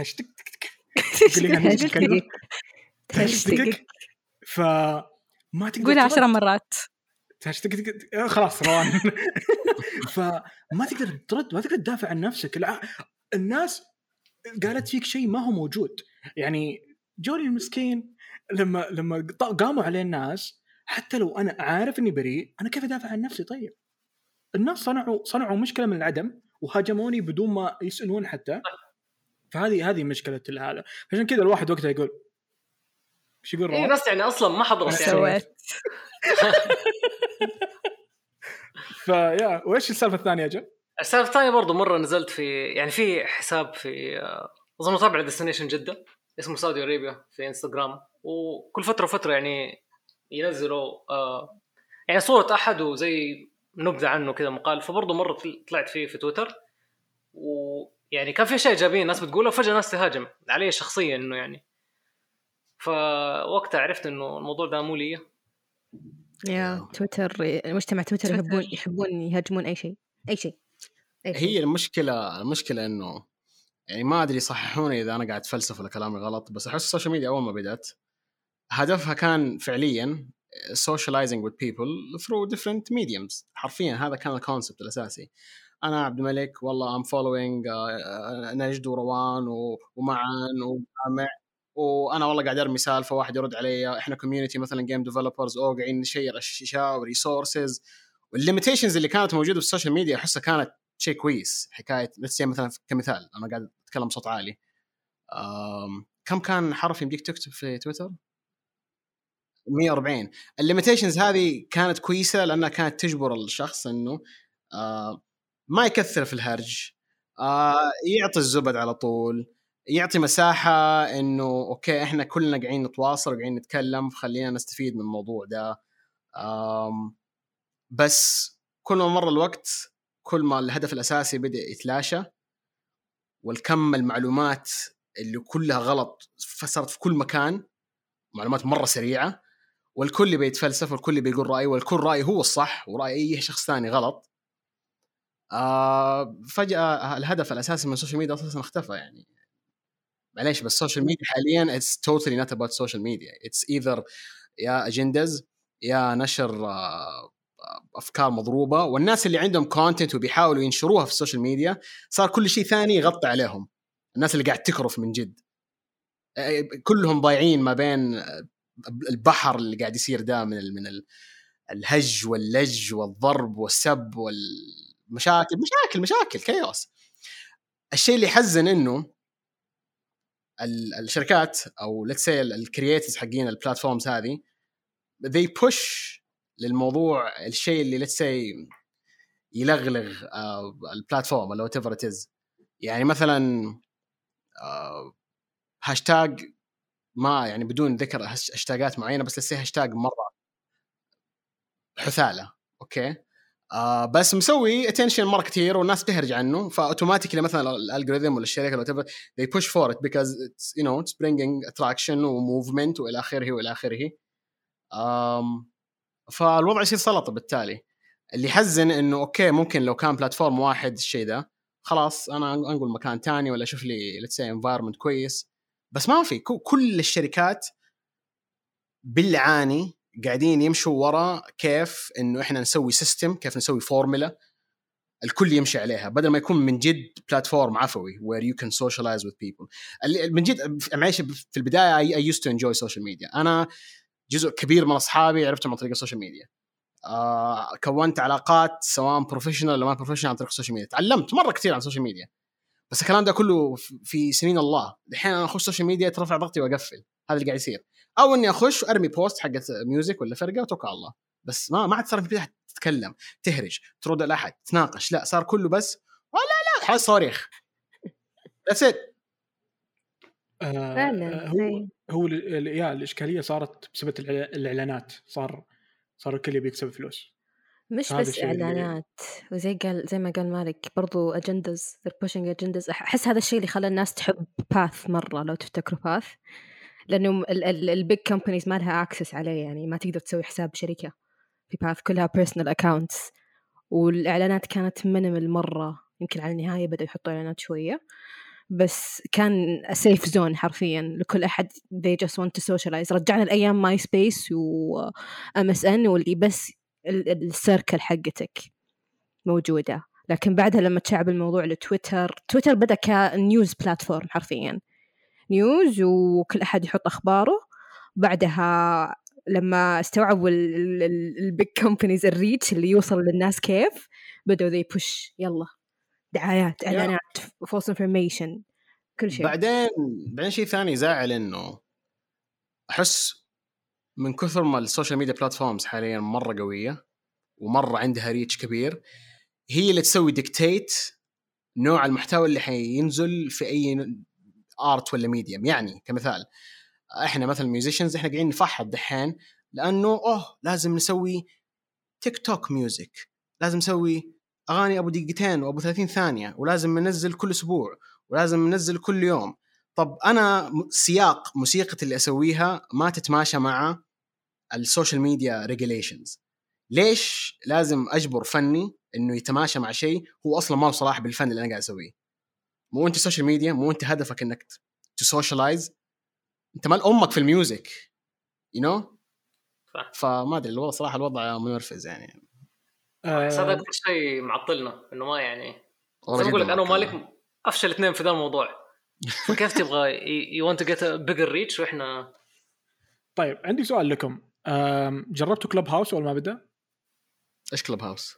Speaker 3: فما تقدر
Speaker 1: قولها 10 مرات
Speaker 3: تهشتك خلاص روان. فما تقدر ترد، ما تقدر تدافع عن نفسك. الناس قالت فيك شيء ما هو موجود. يعني جوني المسكين لما قاموا عليه الناس، حتى لو انا عارف اني بريء، انا كيف ادافع عن نفسي؟ طيب الناس صنعوا مشكله من العدم وهاجموني بدون ما يسألون حتى. فهذه مشكله هذا. عشان كذا الواحد وقتها يقول ايش يقول روان؟
Speaker 2: ناس يعني اصلا ما حضرت يعني.
Speaker 3: فيا وايش السالفه الثانيه جا؟
Speaker 2: السالفه الثانيه برضو مره نزلت في يعني في حساب في اظن تابع ديستنيشن جده اسمه سعودي ارابيا في انستغرام، وكل فتره يعني ينزلوا يعني صوره احد وزي نبذه عنه كذا مقال. فبرضو مره طلعت فيه في تويتر، ويعني كان في اشياء ايجابيه الناس بتقولها وفجاه ناس تهاجم عليه شخصيا انه يعني. فوقتها عرفت انه الموضوع ده مو لي.
Speaker 5: يا تويتر، مجتمع تويتر يحبون يهاجمون اي شيء.
Speaker 4: هي المشكله انه يعني ما ادري صححوني اذا انا قاعد اتفلسف ولا كلامي غلط، بس احس السوشيال ميديا اول ما بدات هدفها كان فعليا socializing with people through different mediums. حرفيا هذا كان الكونسبت الاساسي. انا عبد الملك والله I'm following نجد وروان ومعن ومع، وانا والله قاعد ارمي سالفه واحد يرد علي، احنا كوميونتي مثلا جيم ديفلوبرز او قاعدين نشير اشياء وريسورسز. والليميتيشنز اللي كانت موجوده في السوشيال ميديا احسها كانت شيء كويس. حكايه مثلا كمثال انا قاعد اتكلم بصوت عالي، كم كان حرف يمديك تكتب في تويتر؟ 140. الليميتيشنز هذه كانت كويسه لانها كانت تجبر الشخص انه ما يكثر في الهرج، يعطي الزبد على طول، يعطي مساحه انه اوكي احنا كلنا قاعدين نتواصل وقاعدين نتكلم، خلينا نستفيد من الموضوع ده. بس كل ما مر الوقت كل ما الهدف الاساسي بدا يتلاشى، والكم المعلومات اللي كلها غلط صارت في كل مكان، معلومات مره سريعه، والكل بيتفلسف والكل بيقول رأي والكل رأي هو الصح ورأي أي شخص ثاني غلط. فجأة الهدف الأساسي من السوشيال ميديا أساسا اختفى. يعني معليش بس السوشيال ميديا حاليا it's totally not about social media. It's either يا agendas يا نشر أفكار مضروبة، والناس اللي عندهم content وبيحاولوا ينشروها في السوشيال ميديا صار كل شيء ثاني يغطي عليهم. الناس اللي قاعد تكرف من جد كلهم ضايعين ما بين البحر اللي قاعد يصير ده من الهج واللج والضرب والسب مشاكل كيوس. الشيء اللي يحزن انه الشركات او let's say الكرييترز حقين البلاتفورمز هذه they push للموضوع الشيء اللي let's say يلغلغ البلاتفورم ولا whatever it is. يعني مثلا هاشتاج ما يعني بدون ذكر هاشتاجات معينة بس let's say هاشتاج مرة حثالة اوكي بس مسوي attention مرة كتير والناس تهرج عنه فأوتوماتيكلي مثلا الالجوريثم ولا الشركة ولا whatever they push for it because it's you know it's bringing attraction وmovement وإلى آخره. فالوضع يصير سلطة بالتالي. اللي يحزن إنه أوكي ممكن لو كان بلاتفورم واحد الشيء ده خلاص أنا أنقل مكان تاني ولا أشوف لي let's say environment كويس بس ما في كل الشركات بالعاني قاعدين يمشوا وراء كيف إنه إحنا نسوي سيستم كيف نسوي فورمولا الكل يمشي عليها بدل ما يكون من جد بلاتفورم عفوي where you can socialize with people. من جد معيش في البداية I used to enjoy social media. أنا جزء كبير من أصحابي عرفتهم عن طريق السوشيال ميديا. كونت علاقات سواء بروفيشنال ولا ما بروفيشنال عن طريق السوشيال ميديا. تعلمت مرة كثير عن السوشيال ميديا بس الكلام ده كله في سنين الله. الحين أنا أخش السوشيال ميديا ترفع ضغطي وأقفل هذا اللي قاعد يصير أو إني أخش وأرمي بوست حقت ميوزك ولا فرقة وتوكل على الله بس ما عاد صار في تتكلم تهرج ترد على أحد تناقش لا صار كله بس لا حاس صاريخ that's it.
Speaker 3: هو الإشكالية صارت بسبب الإعلانات صار الكل يبي يكسب فلوس
Speaker 5: مش بس إعلانات وزي ما قال مالك برضو agendas they're pushing agendas. أحس هذا الشيء اللي خلى الناس تحب باث مرة لو تفتكروا باث لأنه البيج كومبانيز ما لها access عليه يعني ما تقدر تسوي حساب شركة في باث كلها personal accounts والإعلانات كانت minimal مرة يمكن على النهاية بدأوا يحطوا إعلانات شوية بس كان safe zone حرفيا لكل أحد they just want to socialize. رجعنا الأيام ماي سبيس و MSN واللي بس السيركل حقتك موجودة لكن بعدها لما تشعب الموضوع لتويتر بدأ كنيوز بلاتفورم حرفيا نيوز وكل أحد يحط أخباره. بعدها لما استوعبوا البيج كومبانيز الريتش اللي يوصل للناس كيف بدأوا they push يلا دعايات إعلانات false information كل شيء.
Speaker 4: بعدين شيء ثاني زاعل إنه أحس من كثر ما السوشيال ميديا بلاتفورمز حاليا مرة قوية ومرة عندها ريتش كبير هي اللي تسوي ديكتيت نوع المحتوى اللي حينزل في أي آرت ولا ميديم. يعني كمثال إحنا مثلا ميوزيشنز إحنا قاعدين نفحط دحين لأنه لازم نسوي تيك توك ميوزك لازم نسوي أغاني أبو دقيقتين وأبو 30 ثانية ولازم ننزل كل أسبوع ولازم ننزل كل يوم. طب أنا سياق موسيقى اللي أسويها ما تتماشى مع السوشيال ميديا ريجوليشنز. ليش لازم أجبر فني إنه يتماشى مع شيء هو أصلا ما له صلاح بالفن اللي أنا قاعد أسويه؟ مو أنت السوشيال ميديا مو أنت هدفك إنك تسوشيالايز أنت مال أمك في الميوزك you know؟ فما أدري الوضع صراحة الوضع منرفز يعني.
Speaker 2: هذا أكثر شيء معطلنا إنه ما يعني أقول لك أنا ومالك أفشل اثنين في ذا الموضوع. كيف تبغى you want to get a bigger reach وإحنا.
Speaker 3: طيب عندي سؤال لكم جربتوا كلوب هاوس ولا ما بدأ؟
Speaker 4: إيش كلوب هاوس؟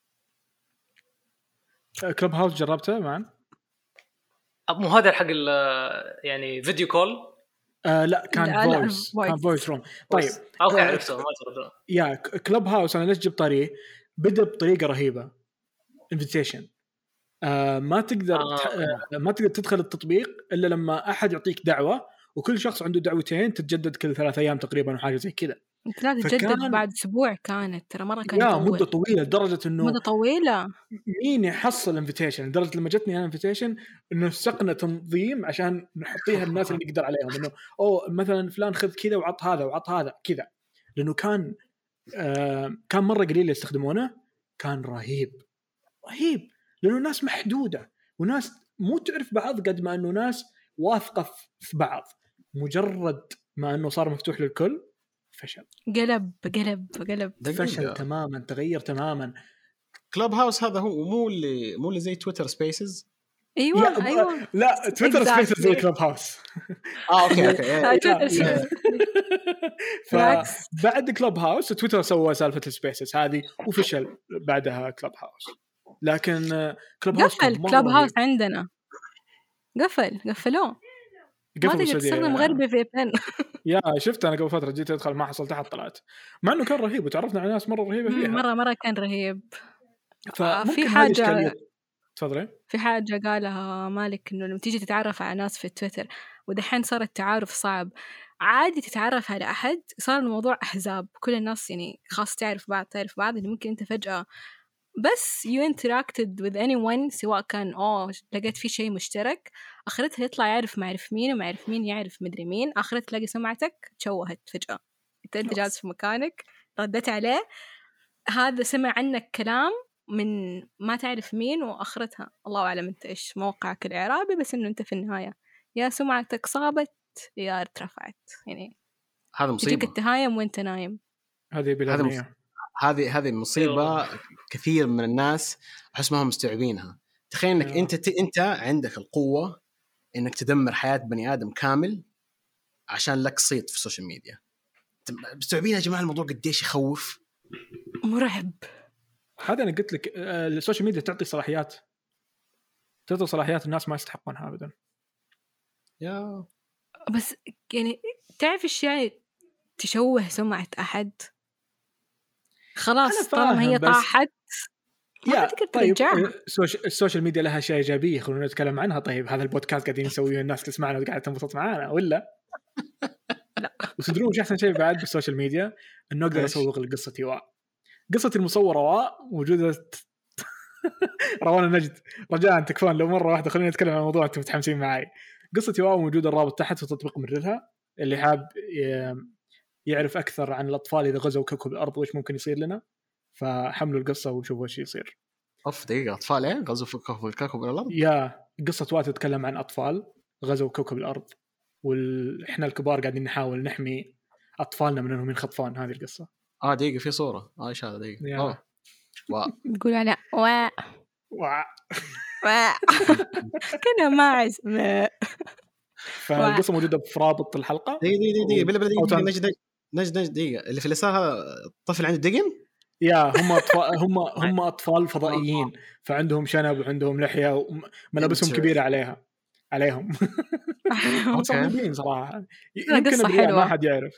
Speaker 3: كلوب هاوس جربته معا؟
Speaker 2: مو هذا الحق يعني فيديو كول؟
Speaker 3: لا كان فويس روم. طيب
Speaker 2: أوكي عرفته ما جربته.
Speaker 3: يا كلوب هاوس أنا ليش جبت طريقه بدأ بطريقة رهيبة invitation ما تقدر ما تقدر تدخل التطبيق إلا لما أحد يعطيك دعوة وكل شخص عنده دعوتين تتجدد كل 3 أيام تقريبا وحاجة زي كذا.
Speaker 1: أنت لازم تجدد بعد أسبوع كانت ترى مرة كانت
Speaker 3: مدة طويلة لدرجة إنه
Speaker 1: مدة طويلة
Speaker 3: مين يحصل انفيتيشن لدرجة لما جتني أنا انفيتيشن إنه سقنا تنظيم عشان نحطيها الناس اللي نقدر عليهم إنه مثلا فلان خذ كذا وعط هذا وعط هذا كذا لأنه كان مرة قليل يستخدمونه كان رهيب لأنه ناس محدودة وناس مو تعرف بعض قد ما إنه ناس واثقة في بعض. مجرد ما إنه صار مفتوح للكل فشل
Speaker 1: قلب
Speaker 3: فشل تماما تغير تماما.
Speaker 4: كلوب هاوس هذا هو مو اللي زي تويتر سبيسز.
Speaker 1: ايوه
Speaker 3: لا تويتر سبيسز زي كلوب هاوس.
Speaker 4: اوكي
Speaker 3: فبعد كلوب هاوس تويتر سوى سالفة السبيسز هذه وفشل بعدها كلوب هاوس. لكن كلوب هاوس
Speaker 1: قفل كلوب هاوس عندنا قفلوه ما تقدر تستخدم غير بي في ان.
Speaker 3: يا شفت انا قبل فتره جيت ادخل ما حصلت احد طلعت، مع انه كان رهيب وتعرفنا على ناس مره رهيبه فيها
Speaker 1: مره كان رهيب.
Speaker 3: فممكن هذه اشكاليه. تفضلي.
Speaker 1: في حاجه قالها مالك انه لما تيجي تتعرف على ناس في تويتر ودحين صار التعارف صعب، عادي تتعرف على احد، صار الموضوع احزاب، كل الناس يعني خاص تعرف بعض اللي ممكن انت فجاه بس you interacted with anyone سواء كان لقيت في شيء مشترك، آخرتها يطلع يعرف مين ومعرف مين يعرف مدري مين، آخرتها تلاقي سمعتك تشوهت فجأة. أنت جالس في مكانك ردت عليه، هذا سمع عنك كلام من ما تعرف مين، وآخرتها الله أعلم أنت إيش موقعك الإعرابي، بس إنه أنت في النهاية يا سمعتك صابت يا ارتفعت. يعني
Speaker 4: هذا مصيبة،
Speaker 1: تجيك التهايم وأنت نايم.
Speaker 4: هذه مصيبة. كثير من الناس أحس ما هم مستوعبينها. تخيل إنك أنت عندك القوة إنك تدمر حياة بني آدم كامل عشان لك صيت في السوشيال ميديا. مستوعبين يا جماعة الموضوع قديش يخوف؟
Speaker 1: مرعب.
Speaker 3: هذا أنا قلت لك السوشيال ميديا تعطي صلاحيات الناس ما يستحقونها أبدا.
Speaker 1: بس يعني تعرف الشيء تشوه سمعة أحد، خلاص طالما هي طاحت ما تقدر ترجعها.
Speaker 3: السوشيال ميديا لها أشياء إيجابية خلونا نتكلم عنها. طيب هذا البودكاست قاعدين نسويه الناس تسمعنا وقاعدة تنبسط معانا ولا
Speaker 1: لا؟
Speaker 3: وتدرون وش أحسن شيء بعد بالسوشيال ميديا؟ إنه أقدر أسوق لقصتي قصتي المصورة موجودة روان النجد. رجاء تكفون لو مرة واحدة خلينا نتكلم عن الموضوع أنتم متحمسين معي. قصتي موجودة الرابط تحت في تطبيق مررها، اللي حاب يعرف أكثر عن الأطفال إذا غزوا كوكب الأرض وإيش ممكن يصير لنا، فحملوا القصة وشوفوا إيش يصير.
Speaker 4: دقيقة، أطفال غزوا في كوكب الأرض؟
Speaker 3: يا قصة وقت تتكلم عن أطفال غزوا كوكب الأرض، وإحنا الكبار قاعدين نحاول نحمي أطفالنا من أنهم ينخطفون. هذه القصة.
Speaker 4: دقيقة في صورة. إيش هذا؟ دقيقة.
Speaker 1: تقول على كنا ماعز.
Speaker 3: فالقصة موجودة في رابط الحلقة.
Speaker 4: دقيقة نجد دقيقة. اللي في اليسار هذا طفل عنده دقن؟
Speaker 3: هم أطفال فضائيين، فعندهم شنب وعندهم لحية وملابسهم كبيرة عليهم. مصممين صراحة، يمكن ما حد يعرف.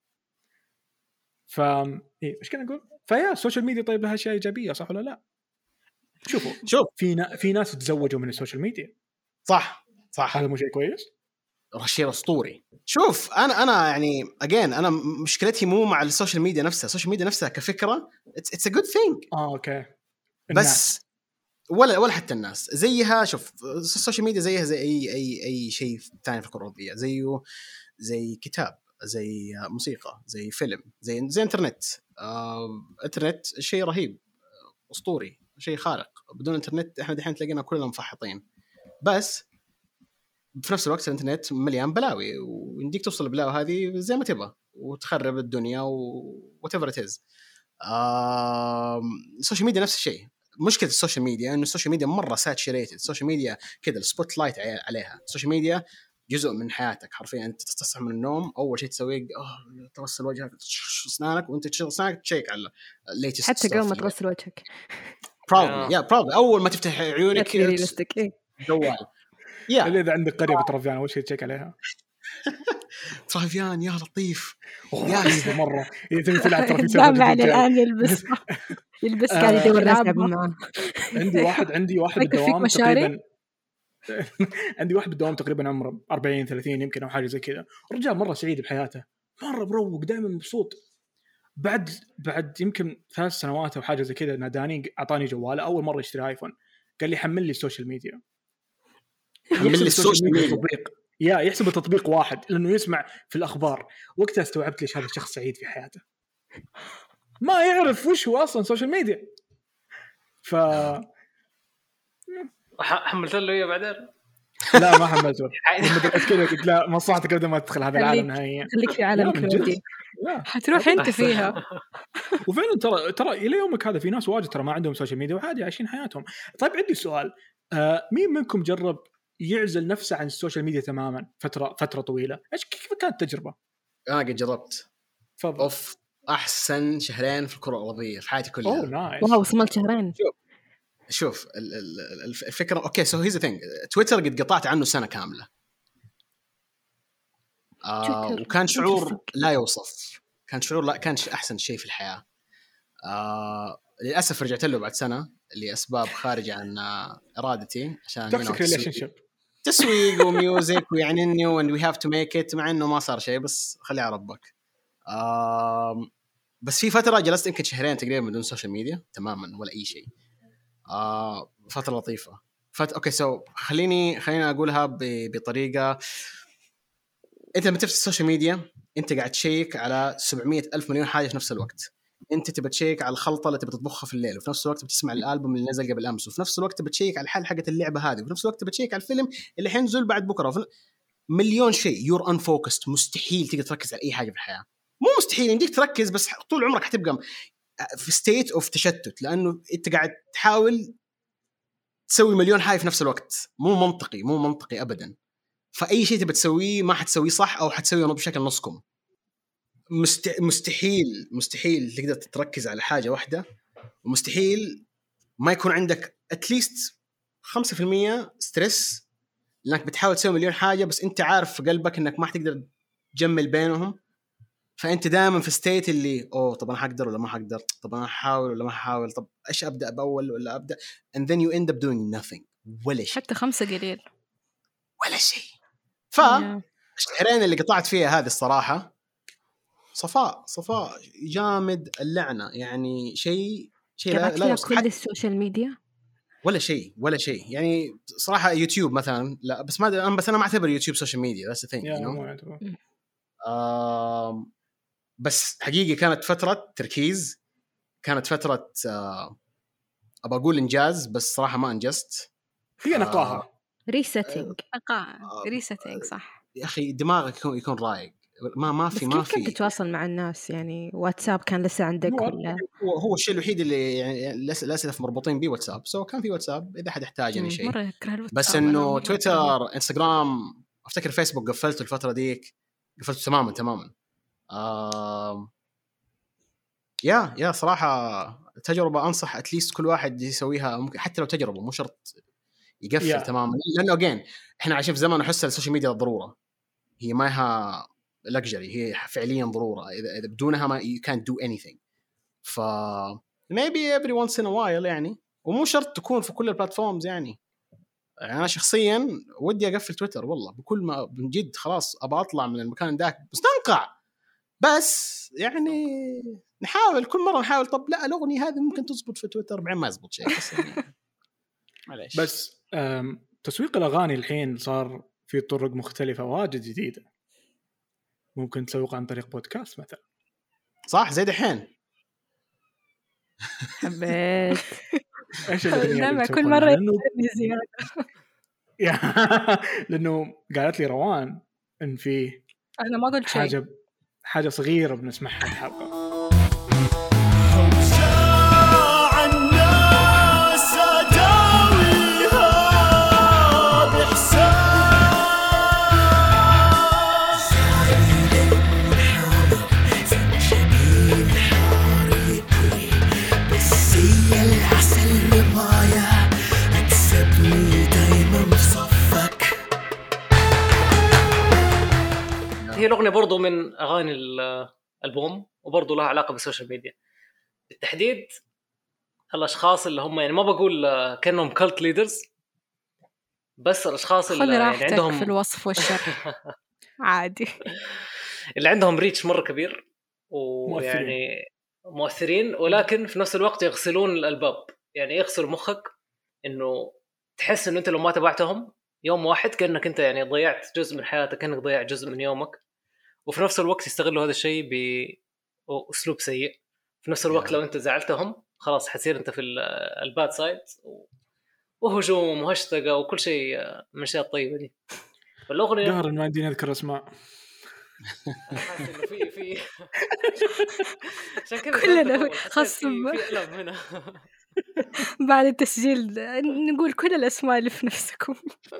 Speaker 3: إيش كنا نقول؟ السوشيال ميديا طيب لها أشياء إيجابية صح ولا لا؟ شوف في ناس تزوجوا من السوشيال ميديا.
Speaker 4: صح
Speaker 3: هذا مو شيء كويس،
Speaker 4: شيء أسطوري. شوف أنا يعني أنا مشكلتي مو مع السوشيال ميديا نفسها. السوشيال ميديا نفسها كفكرة it's a good thing.
Speaker 3: أوكي.
Speaker 4: بس ولا حتى الناس زيها. شوف السوشيال ميديا زيها زي أي شيء ثاني في الكرة الأرضية، زي كتاب، زي موسيقى، زي فيلم، زي إنترنت. إنترنت شيء رهيب أسطوري، شيء خارق. بدون إنترنت إحنا دحين تلاقينا كلنا مفحطين. بس في نفس الوقت الإنترنت مليان بلاوي، وينديك توصل البلاوي هذه زي ما تبغى وتخرب الدنيا whatever it is. السوشيال ميديا نفس الشيء. مشكلة السوشيال ميديا إنه السوشيال ميديا مرة ساتشريتد. السوشيال ميديا كذا السبوت لايت عليها. السوشيال ميديا جزء من حياتك حرفيا. أنت تصحى من النوم أول شيء تسويه تغسل وجهك، أسنانك، وأنت تشغل أسنانك تشيك على latest
Speaker 5: حتى قبل ما تغسل وجهك.
Speaker 4: probably أول ما تفتح عيونك جوال.
Speaker 3: اللي إذا عندك قرية بطرفيان أول شيء تشيك عليها.
Speaker 4: طرفيان يا لطيف
Speaker 3: يا مرة إذا تبي تلعب طرفيان
Speaker 1: جامع الآن يلبس
Speaker 5: قاعد يدور معه.
Speaker 3: عندي واحد بالدوام تقريبا عندي واحد بالدوام تقريبا عمره 40-30 يمكن أو حاجة زي كذا. رجال مرة سعيد بحياته، مرة بروق، دائما مبسوط. بعد يمكن 3 سنوات أو حاجة زي كذا ناداني، أعطاني جواله أول مرة يشتري آيفون، قال لي حمل لي السوشيال ميديا.
Speaker 4: حمل لي السوشيال ميديا
Speaker 3: تطبيق يحسب تطبيق واحد لأنه يسمع في الأخبار. وقتها استوعبت ليش هذا الشخص سعيد في حياته، ما يعرف وش هو أصلا سوشيال ميديا.
Speaker 2: حملت له إياه بعدين؟
Speaker 3: لا ما حملته. كذا قلت لا مصلحتك قبل ما تدخل هذا العالم نهائيا.
Speaker 5: خليك في عالم كودي،
Speaker 1: حتروح أنت فيها.
Speaker 3: وفعلا ترى إلى يومك هذا في ناس واجد ترى ما عندهم سوشيال ميديا وعادي عايشين حياتهم. طيب عندي سؤال، مين منكم جرب يعزل نفسه عن السوشيال ميديا تماما فترة طويلة؟ كيف كانت التجربة؟
Speaker 4: أنا قد جربت. أحسن 2 شهرين في الكرة الأرضية في حياتي كلها.
Speaker 3: نايس.
Speaker 5: واو، وصلت 2 شهرين.
Speaker 4: شوف الفكره اوكي سو هيز ثينج تويتر قد قطعت عنه سنه كامله وكان شعور لا يوصف كان شعور لا كان احسن شيء في الحياه للاسف رجعت له بعد سنه لاسباب خارجه عن ارادتي عشان تسويق وميوزك ويعني انه and we have to make it مع انه ما صار شيء بس خلي على ربك بس في فتره جلست يمكن شهرين تقريبا بدون سوشيال ميديا تماما ولا اي شيء فتره لطيفه اوكي سو خليني اقولها بطريقه انت لما تفتح السوشيال ميديا انت قاعد تشيك على 700,000 مليون حاجه في نفس الوقت انت تبى تشيك على الخلطه اللي تبى تطبخها في الليل وفي نفس الوقت بتسمع الالبوم اللي نزل قبل امس وفي نفس الوقت بتشيك على الحل حقه اللعبه هذه وفي نفس الوقت بتشيك على الفيلم اللي حينزل بعد بكره مليون شيء يور انفوكست مستحيل تقدر تركز على اي حاجه في الحياه مو مستحيل يمديك تركز بس طول عمرك حتبقى في ستيت اوف تشتت لانه انت قاعد تحاول تسوي مليون حاجه في نفس الوقت مو منطقي ابدا فاي شيء تبى تسويه ما حتسويه صح او حتسويه بشكل نصكم مستحيل تقدر تركز على حاجه واحده ومستحيل ما يكون عندك اتليست 5% ستريس لانك بتحاول تسوي مليون حاجه بس انت عارف في قلبك انك ما حتقدر تجمل بينهم فانت دائما في ستيت اللي طب انا حقدر ولا ما حقدر طب انا احاول ولا ما احاول طب ايش ابدا باول ولا ابدا and then you end up doing nothing ولا شيء
Speaker 1: حتى 5 قليل
Speaker 4: ولا شيء الشهرين اللي قطعت فيها هذه الصراحه صفاء جامد اللعنه يعني شيء لا
Speaker 5: كل السوشيال ميديا
Speaker 4: ولا شيء يعني صراحه يوتيوب مثلا لا بس انا ما اعتبر يوتيوب سوشيال ميديا بس بس حقيقي كانت فتره تركيز كانت فتره ابى اقول انجاز بس صراحه ما انجزت
Speaker 3: هي نقاهه
Speaker 5: ريسيتنج
Speaker 1: صح
Speaker 4: يا اخي دماغك يكون رايق ما في
Speaker 5: كيف كنت تتواصل مع الناس يعني واتساب كان لسه عندك ولا
Speaker 4: هو الشيء الوحيد اللي يعني الاسئله مربوطين بيه واتساب كان في واتساب اذا حد احتاجني شيء بس انه تويتر انستغرام افتكر فيسبوك قفلته الفتره ديك قفلته تماما يا صراحه تجربه انصح اتليست كل واحد يسويها ممكن حتى لو تجربه مو شرط يقفل تماما لانه اجين احنا عايشين في زمن نحس السوشيال ميديا ضروره هي ما لها luxury هي فعليا ضروره اذا بدونها ما you can't do anything maybe every once in a while يعني ومو شرط تكون في كل البلاتفورمز يعني انا شخصيا ودي اقفل تويتر والله بكل ما بجد خلاص ابى اطلع من المكان ذاك مستنقع بس يعني نحاول كل مره نحاول طب لا الاغنيه هذه ممكن تزبط في تويتر بعدين ما يزبط شيء بس يعني
Speaker 3: معليش بس تسويق الاغاني الحين صار في طرق مختلفه واجد جديده ممكن تسوق عن طريق بودكاست مثلا
Speaker 4: صح زي دحين
Speaker 5: حبيت
Speaker 3: ايش
Speaker 1: كل مره زياده
Speaker 3: لانه قالت لي روان ان في
Speaker 1: انا ما قلت شيء
Speaker 3: حاجه صغيره بنسمعها الحلقه
Speaker 2: هي الأغنية برضو من أغاني الألبوم وبرضو لها علاقة بالسوشيال ميديا بالتحديد. الأشخاص اللي هم يعني ما بقول كأنهم كالت ليدرز بس الأشخاص اللي يعني عندهم
Speaker 1: في الوصف والشر عادي
Speaker 2: اللي عندهم ريتش مرة كبير ويعني مؤثرين ولكن في نفس الوقت يغسلون الألباب يعني يغسلوا مخك إنه تحس إنه أنت لو ما تبعتهم يوم واحد كأنك أنت يعني ضيعت جزء من حياتك كأنك ضيع جزء من يومك وفي نفس الوقت يستغلوا هذا الشيء بأسلوب سيء. في نفس الوقت لو أنت زعلتهم خلاص حتصير أنت في الباد سايد وهجوم وهشتقة وكل شيء من الأشياء الطيبة دي. والأغنية
Speaker 3: قهر ما عندي نذكر اسماء
Speaker 2: في
Speaker 1: كلنا خاصة
Speaker 2: هنا
Speaker 1: بعد التسجيل نقول كل الأسماء اللي في نفسكم.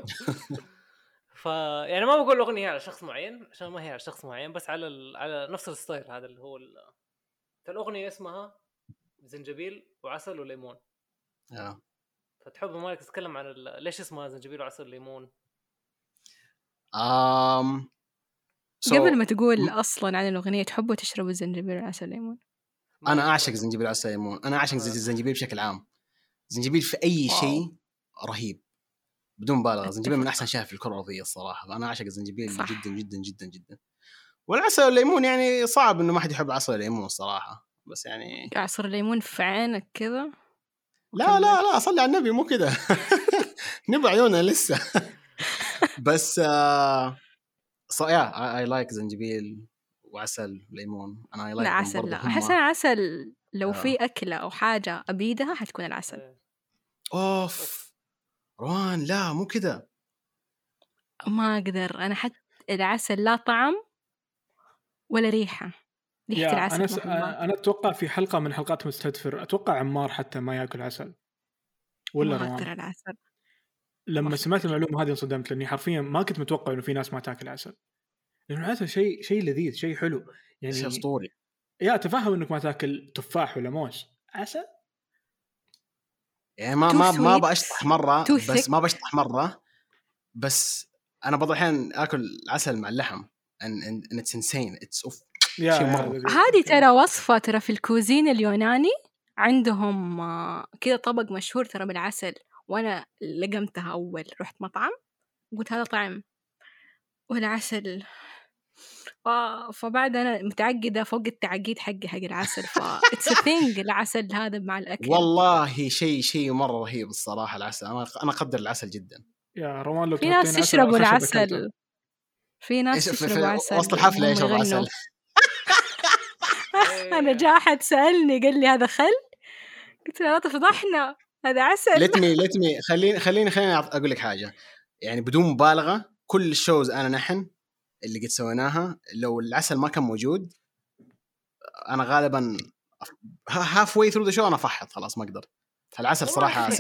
Speaker 2: يعني ما بقول الأغنية على شخص معين عشان ما هي على شخص معين بس على نفس الستايل هذا اللي هو فالأغنية اسمها زنجبيل وعسل وليمون. فتحب مالك تتكلم عن ليش اسمها زنجبيل وعسل ليمون؟
Speaker 1: قبل ما تقول أصلا عن الأغنية، تحبوا تشربوا الزنجبيل والعسل ليمون؟
Speaker 4: انا اعشق الزنجبيل والعسل ليمون، انا اعشق الزنجبيل بشكل عام. زنجبيل في اي شيء رهيب بدون مبالغه. زنجبيل من احسن شيء في الكره الارضيه الصراحه. انا اعشق الزنجبيل
Speaker 1: صح.
Speaker 4: جدا جدا جدا جدا. والعسل والليمون يعني صعب انه ما حد يحب عسل الليمون الصراحه، بس يعني
Speaker 1: عصر الليمون في عينك كذا.
Speaker 4: لا لا لا صلي على النبي مو كده. نبع عيوننا لسه. بس يا اي لايك زنجبيل وعسل ليمون. انا اي
Speaker 1: لا
Speaker 4: لايك
Speaker 1: عسل، لا أحس أنا عسل لو في
Speaker 4: آه.
Speaker 1: أكلة أو حاجة أبيدها حتكون العسل.
Speaker 4: اوف روان لا مو كده،
Speaker 1: ما أقدر أنا حتى العسل لا طعم ولا ريحة العسل
Speaker 3: أنا أتوقع في حلقة من حلقات مستدفر أتوقع عمار حتى ما يأكل عسل ولا
Speaker 1: ما
Speaker 3: روان.
Speaker 1: أقدر العسل.
Speaker 3: لما سمعت المعلومة هذه انصدمت، لأني حرفيا ما كنت متوقع إنه في ناس ما تأكل عسل، لأنه العسل شيء لذيذ، شيء حلو يعني.
Speaker 4: شيء اسطوري.
Speaker 3: يا تفهم إنك ما تأكل تفاح ولا موز، عسل
Speaker 4: يعني ما بشطح مرة، بس ما بشطح مرة، بس أنا بعض الأحيان أكل عسل مع اللحم and it's insane. it's شيء مرة.
Speaker 1: هذه ترى وصفة ترى في الكوزين اليوناني عندهم كذا طبق مشهور ترى بالعسل، وأنا لقمتها أول رحت مطعم قلت هذا طعم والعسل، فبعد أنا متعقدة فوق التعقيد حق العسل. it's a thing العسل هذا مع الأكل.
Speaker 4: والله شيء مرة رهيب الصراحة العسل. أنا أقدر العسل جدا.
Speaker 3: يا روان لو
Speaker 1: في ناس يشربوا العسل، في ناس يشربوا عسل
Speaker 4: وسط الحفلة يشربوا عسل.
Speaker 1: أنا جاء أحد سألني قال لي هذا خل، قلت له لا تفضحنا هذا عسل.
Speaker 4: لتمي خليني أقول لك حاجة يعني بدون مبالغة. كل الشوز أنا نحن اللي قد سويناها لو العسل ما كان موجود أنا غالبا halfway through the show أنا فحط خلاص ما أقدر. فالعسل صراحة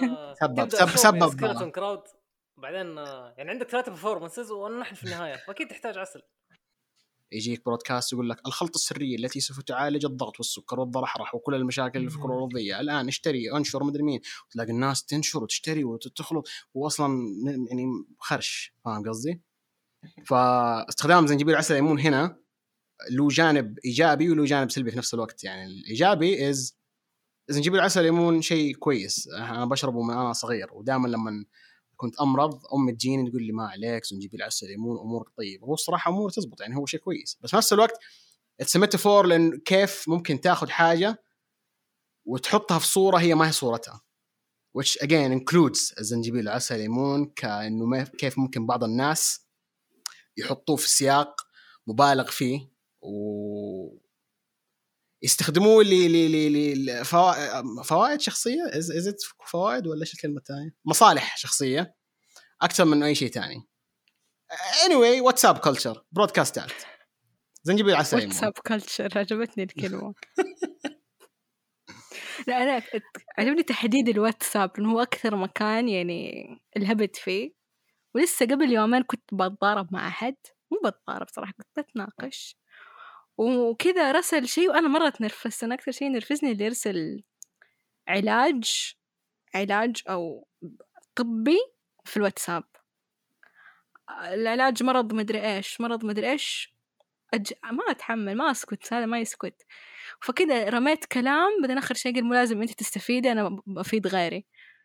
Speaker 4: سبب
Speaker 2: كراود. بعدين يعني عندك 3 performances ونحن في النهاية أكيد تحتاج عسل.
Speaker 4: يجيك برودكاست يقول لك الخلطة السرية التي سوف تعالج الضغط والسكر والضرحرح وكل المشاكل اللي في الكرة الأرضية الآن اشتري انشر مدري مين، وتلاقي الناس تنشر وتشتري وتخلط وأصلا يعني خرش. فاهم قصدي؟ فاستخدام زنجبيل عسل ليمون هنا له جانب إيجابي وله جانب سلبي في نفس الوقت. يعني الإيجابي زنجبيل عسل ليمون شيء كويس، أنا بشربه من أنا صغير، ودائما لما كنت أمرض أمي تجيني تقول لي ما عليك زنجبيل عسل ليمون أمورك طيبة. هو الصراحة أمور تزبط يعني، هو شيء كويس، بس في نفس الوقت it's a metaphor لأن كيف ممكن تأخذ حاجة وتحطها في صورة هي ما هي صورتها، which again includes الزنجبيل عسل ليمون، كأنه كيف ممكن بعض الناس يحطوه في سياق مبالغ فيه يستخدموه فوائد شخصية. is it فوائد ولا إيش الكلمة الثانية؟ مصالح شخصية أكثر من أي شيء تاني. anyway واتساب كلتشر برودكاستات زنجبيل عسل ليمون.
Speaker 1: واتساب كلتشر عجبتني الكلمة. لا أنا عجبني تحديد الواتساب إنه هو أكثر مكان يعني الهبت فيه. ولسه قبل يومين كنت بتضارب مع أحد، مو بتضارب صراحة كنت بتناقش وكذا رسل شيء وأنا مرة تنرفزت. أنا أكثر شيء نرفزني اللي يرسل علاج أو طبي في الواتساب. العلاج مرض مدري إيش ما أتحمل، ما أسكت، هذا ما يسكت. فكذا رميت كلام بعدين آخر شيء قال مو لازم أنت تستفيدي أنا بفيد غيري.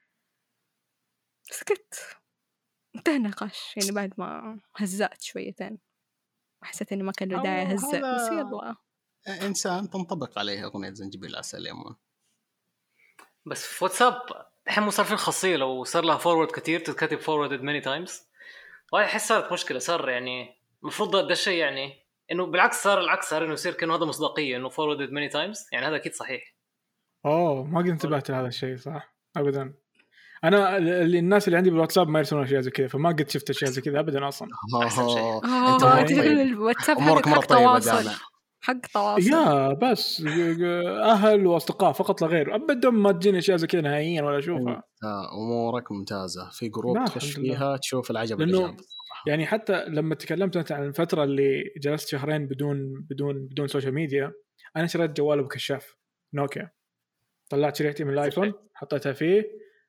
Speaker 1: سكت، انتهى النقاش يعني بعد ما هزأت شويتين وحسيت إني ما كان له داعي أهزأ، بس يلا
Speaker 4: إنسان تنطبق عليه أغنية زنجبيل عسل ليمون.
Speaker 2: بس في واتساب الحين صار في خاصية لو صار لها فورورد كتير تتكتب forwarded many times، وهي أحس صارت مشكلة. صار يعني المفروض ده الشيء يعني إنه بالعكس صار إنه يصير كأنه هذا مصداقية إنه forwarded many times، يعني هذا أكيد صحيح.
Speaker 3: ما قد انتبهت لهذا الشيء صح أبدا. أنا الناس اللي عندي بالواتساب ما يرسلون أشياء زي كذا، فما قد شفت أشياء زي كذا أبدا أصلا.
Speaker 1: أنت تقول الواتساب حق تواصل، حق تواصل
Speaker 3: يا بس أهل وأصدقاء فقط لا غير، أبدا ما تجيني أشياء زي كذا نهائيا ولا أشوفها.
Speaker 4: أمورك ممتازة في جروب تخش فيها تشوف العجب
Speaker 3: والعجاب. يعني حتى لما تكلمت أنت عن الفترة اللي جلست شهرين بدون سوشيال ميديا، أنا شريت جوال بكشاف نوكيا، طلعت شريحتي من الآيفون حطيتها فيه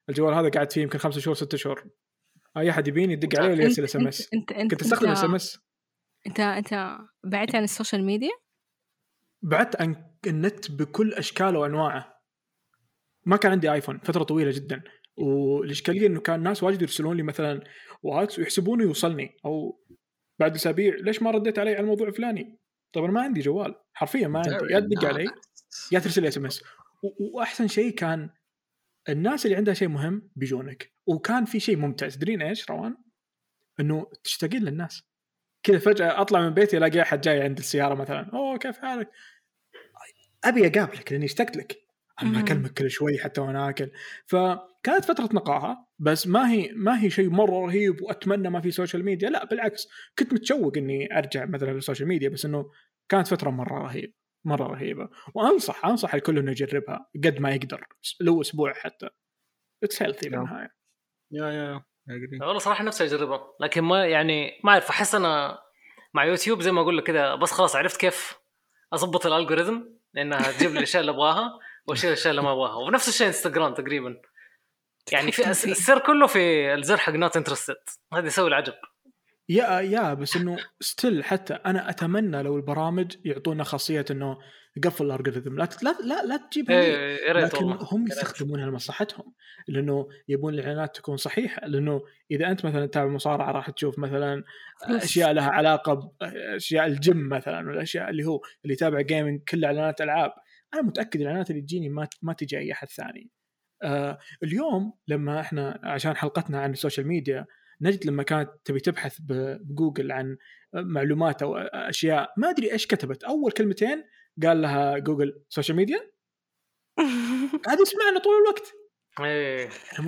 Speaker 3: الجوال هذا قاعد فيه يمكن 5 شهور 6 شهور، اي احد يبيني يدق عليه ولا يرسل SMS. كنت استخدم SMS.
Speaker 1: انت بعدت عن السوشيال ميديا؟
Speaker 3: بعدت عن النت بكل اشكاله وانواعه. ما كان عندي ايفون فتره طويله جدا، والاشكاليه انه كان ناس واجد يرسلون لي مثلا واتس ويحسبونه يوصلني، او بعد اسابيع ليش ما رديت علي على الموضوع الفلاني. طبعا ما عندي جوال حرفيا، ما عندي، يا تدق علي يا ترسل لي SMS. واحسن شيء كان الناس اللي عندها شيء مهم بيجونك. وكان في شيء ممتع تدرين ايش روان؟ انه تشتاقين للناس كذا. فجاه اطلع من بيتي الاقي احد جاي عند السياره مثلا، اوه كيف حالك، ابي اقابلك لاني اشتقت لك، انا اكلمك كل شوي حتى وانا اكل. فكانت فتره نقاهه، بس ما هي شيء مره رهيب واتمنى ما في سوشيال ميديا، لا بالعكس كنت متشوق اني ارجع مثلا للسوشيال ميديا، بس انه كانت فتره مره رهيبه. وانصح الكل انه يجربها قد ما يقدر، لو اسبوع حتى. اتس هيلثي بالنهايه.
Speaker 4: يا
Speaker 2: والله صراحه نفسي اجربها، لكن ما يعني ما اعرف، احس انا مع يوتيوب زي ما اقول لك كذا، بس خلاص عرفت كيف اضبط الالغوريثم انها تجيب لي الاشياء اللي ابغاها واشيل الاشياء اللي ما ابغاها. ونفس الشيء انستغرام تقريبا، يعني في السر كله في الزر حق نوت انترستد، هذا يسوي العجب.
Speaker 3: يا بس انه ستيل حتى انا اتمنى لو البرامج يعطونا خاصيه انه يقفل الالغوريثم، لا تجيب لكن هم يستخدمونها لمصلحتهم، لانه يبون الاعلانات تكون صحيحه. لانه اذا انت مثلا تتابع مصارعه راح تشوف مثلا اشياء لها علاقه باشياء الجيم مثلا، والاشياء اللي يتابع جيمنج كل اعلانات العاب. انا متاكد الاعلانات اللي تجيني ما تجي اي احد ثاني. اليوم لما احنا عشان حلقتنا عن السوشيال ميديا نجد لما كانت تبي تبحث بجوجل عن معلومات أو أشياء، ما أدري إيش كتبت أول كلمتين قال لها جوجل سوشيال ميديا. هذا يسمعنا طول الوقت.
Speaker 2: إيه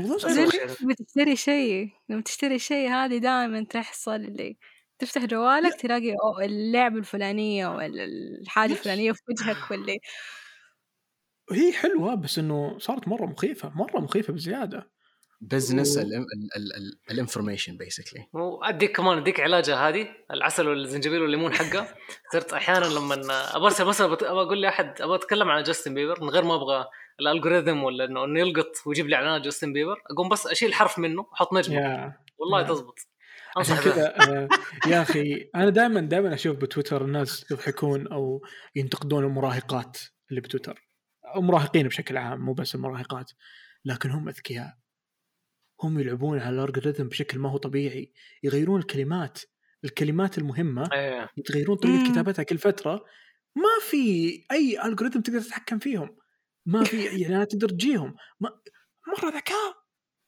Speaker 1: لما تشتري شيء هذه دائما تحصل اللي تفتح جوالك تلاقي اللعبة الفلانية ولا الحاجة الفلانية في وجهك، واللي
Speaker 3: هي حلوة بس إنه صارت مرة مخيفة بزيادة.
Speaker 4: بزنس الانفورميشن بيسكلي.
Speaker 2: اديك علاجها هذه العسل والزنجبيل والليمون حقه. صرت احيانا لما ابرسل مثلا اقول لي احد ابغى اتكلم عن جاستن بيبر من غير ما ابغى الالغوريثم ولا انه يلقط ويجيب لي اعلانات جاستن بيبر، اقوم بس اشيل حرف منه واحط نجمه والله تزبط.
Speaker 3: عشان كذا يا اخي انا دائما اشوف بتويتر الناس يضحكون او ينتقدون المراهقات اللي بتويتر، او مراهقين بشكل عام مو بس المراهقات، لكن هم اذكياء. هم يلعبون على الالغوريثم بشكل ما هو طبيعي، يغيرون الكلمات المهمة يتغيرون طريقة كتابتها كل فترة. ما في أي الالغوريثم تقدر تتحكم فيهم، ما في يعني تقدر تجيهم، مرة ذكاء.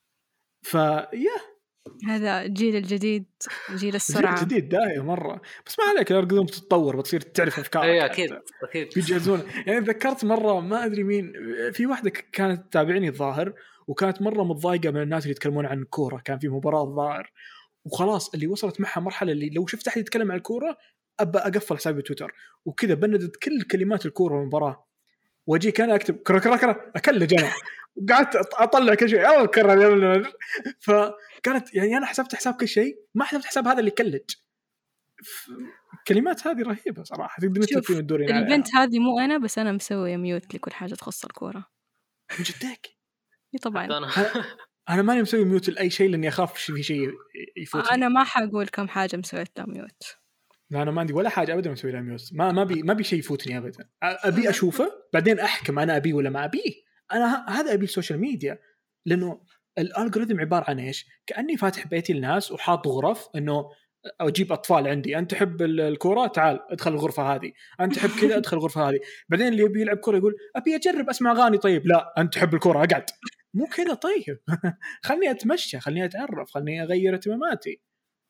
Speaker 1: هذا الجيل الجديد، جيل السرعة
Speaker 3: الجديد داعي مرة. بس ما عليك الالغوريثم تتطور بتصير تعرف أفكارك.
Speaker 2: أكيد
Speaker 3: بيجهزون. يعني ذكرت مرة ما أدري مين، في واحدة كانت تتابعني الظاهر وكانت مرة متضايقة من الناس اللي يتكلمون عن الكورة، كان في مباراة الظاهر وخلاص اللي وصلت معها مرحلة اللي لو شفت أحد يتكلم عن الكورة أبى أقفل حسابي تويتر وكذا، بندت كل كلمات الكورة والمباراة واجي كان أكتب كرة أكلج أنا وقعدت أطلع كل شيء أول كرة. فكانت يعني أنا حسبت حساب كل شيء، ما حسبت حساب هذا اللي كلج. الكلمات هذه رهيبة صراحة. تقدر تفهم الدورين عليها.
Speaker 1: البنت هذه مو أنا بس أنا مسوية ميوت لكل حاجة تخص الكورة.
Speaker 3: جدك
Speaker 1: طبعا
Speaker 3: أنا ماني مسوي ميوت لأي شيء لأني أخاف في شيء يفوتني.
Speaker 1: أنا ما حقول كم حاجة مسويت لها ميوت.
Speaker 3: لا أنا ما عندي ولا حاجة أبدا مسوي لها ميوت. ما بي شيء يفوتني أبدا. أبي أشوفه بعدين أحكم أنا أبي ولا ما أبيه. أنا هذا أبي السوشيال ميديا، لأنه الألغوريثم عبارة عن إيش؟ كأني فاتح بيتي للناس وحاط غرف إنه أجيب أطفال عندي، أنت تحب الكورة تعال ادخل الغرفة هذه، أنت تحب كذا ادخل الغرفة هذه. بعدين اللي يبي يلعب كورة يقول أبي أجرب أسمع أغاني، طيب لا أنت تحب الكورة أقعد. مو كذا طيب. خلني أتمشى، خلني أتعرف، خلني أغير اهتماماتي.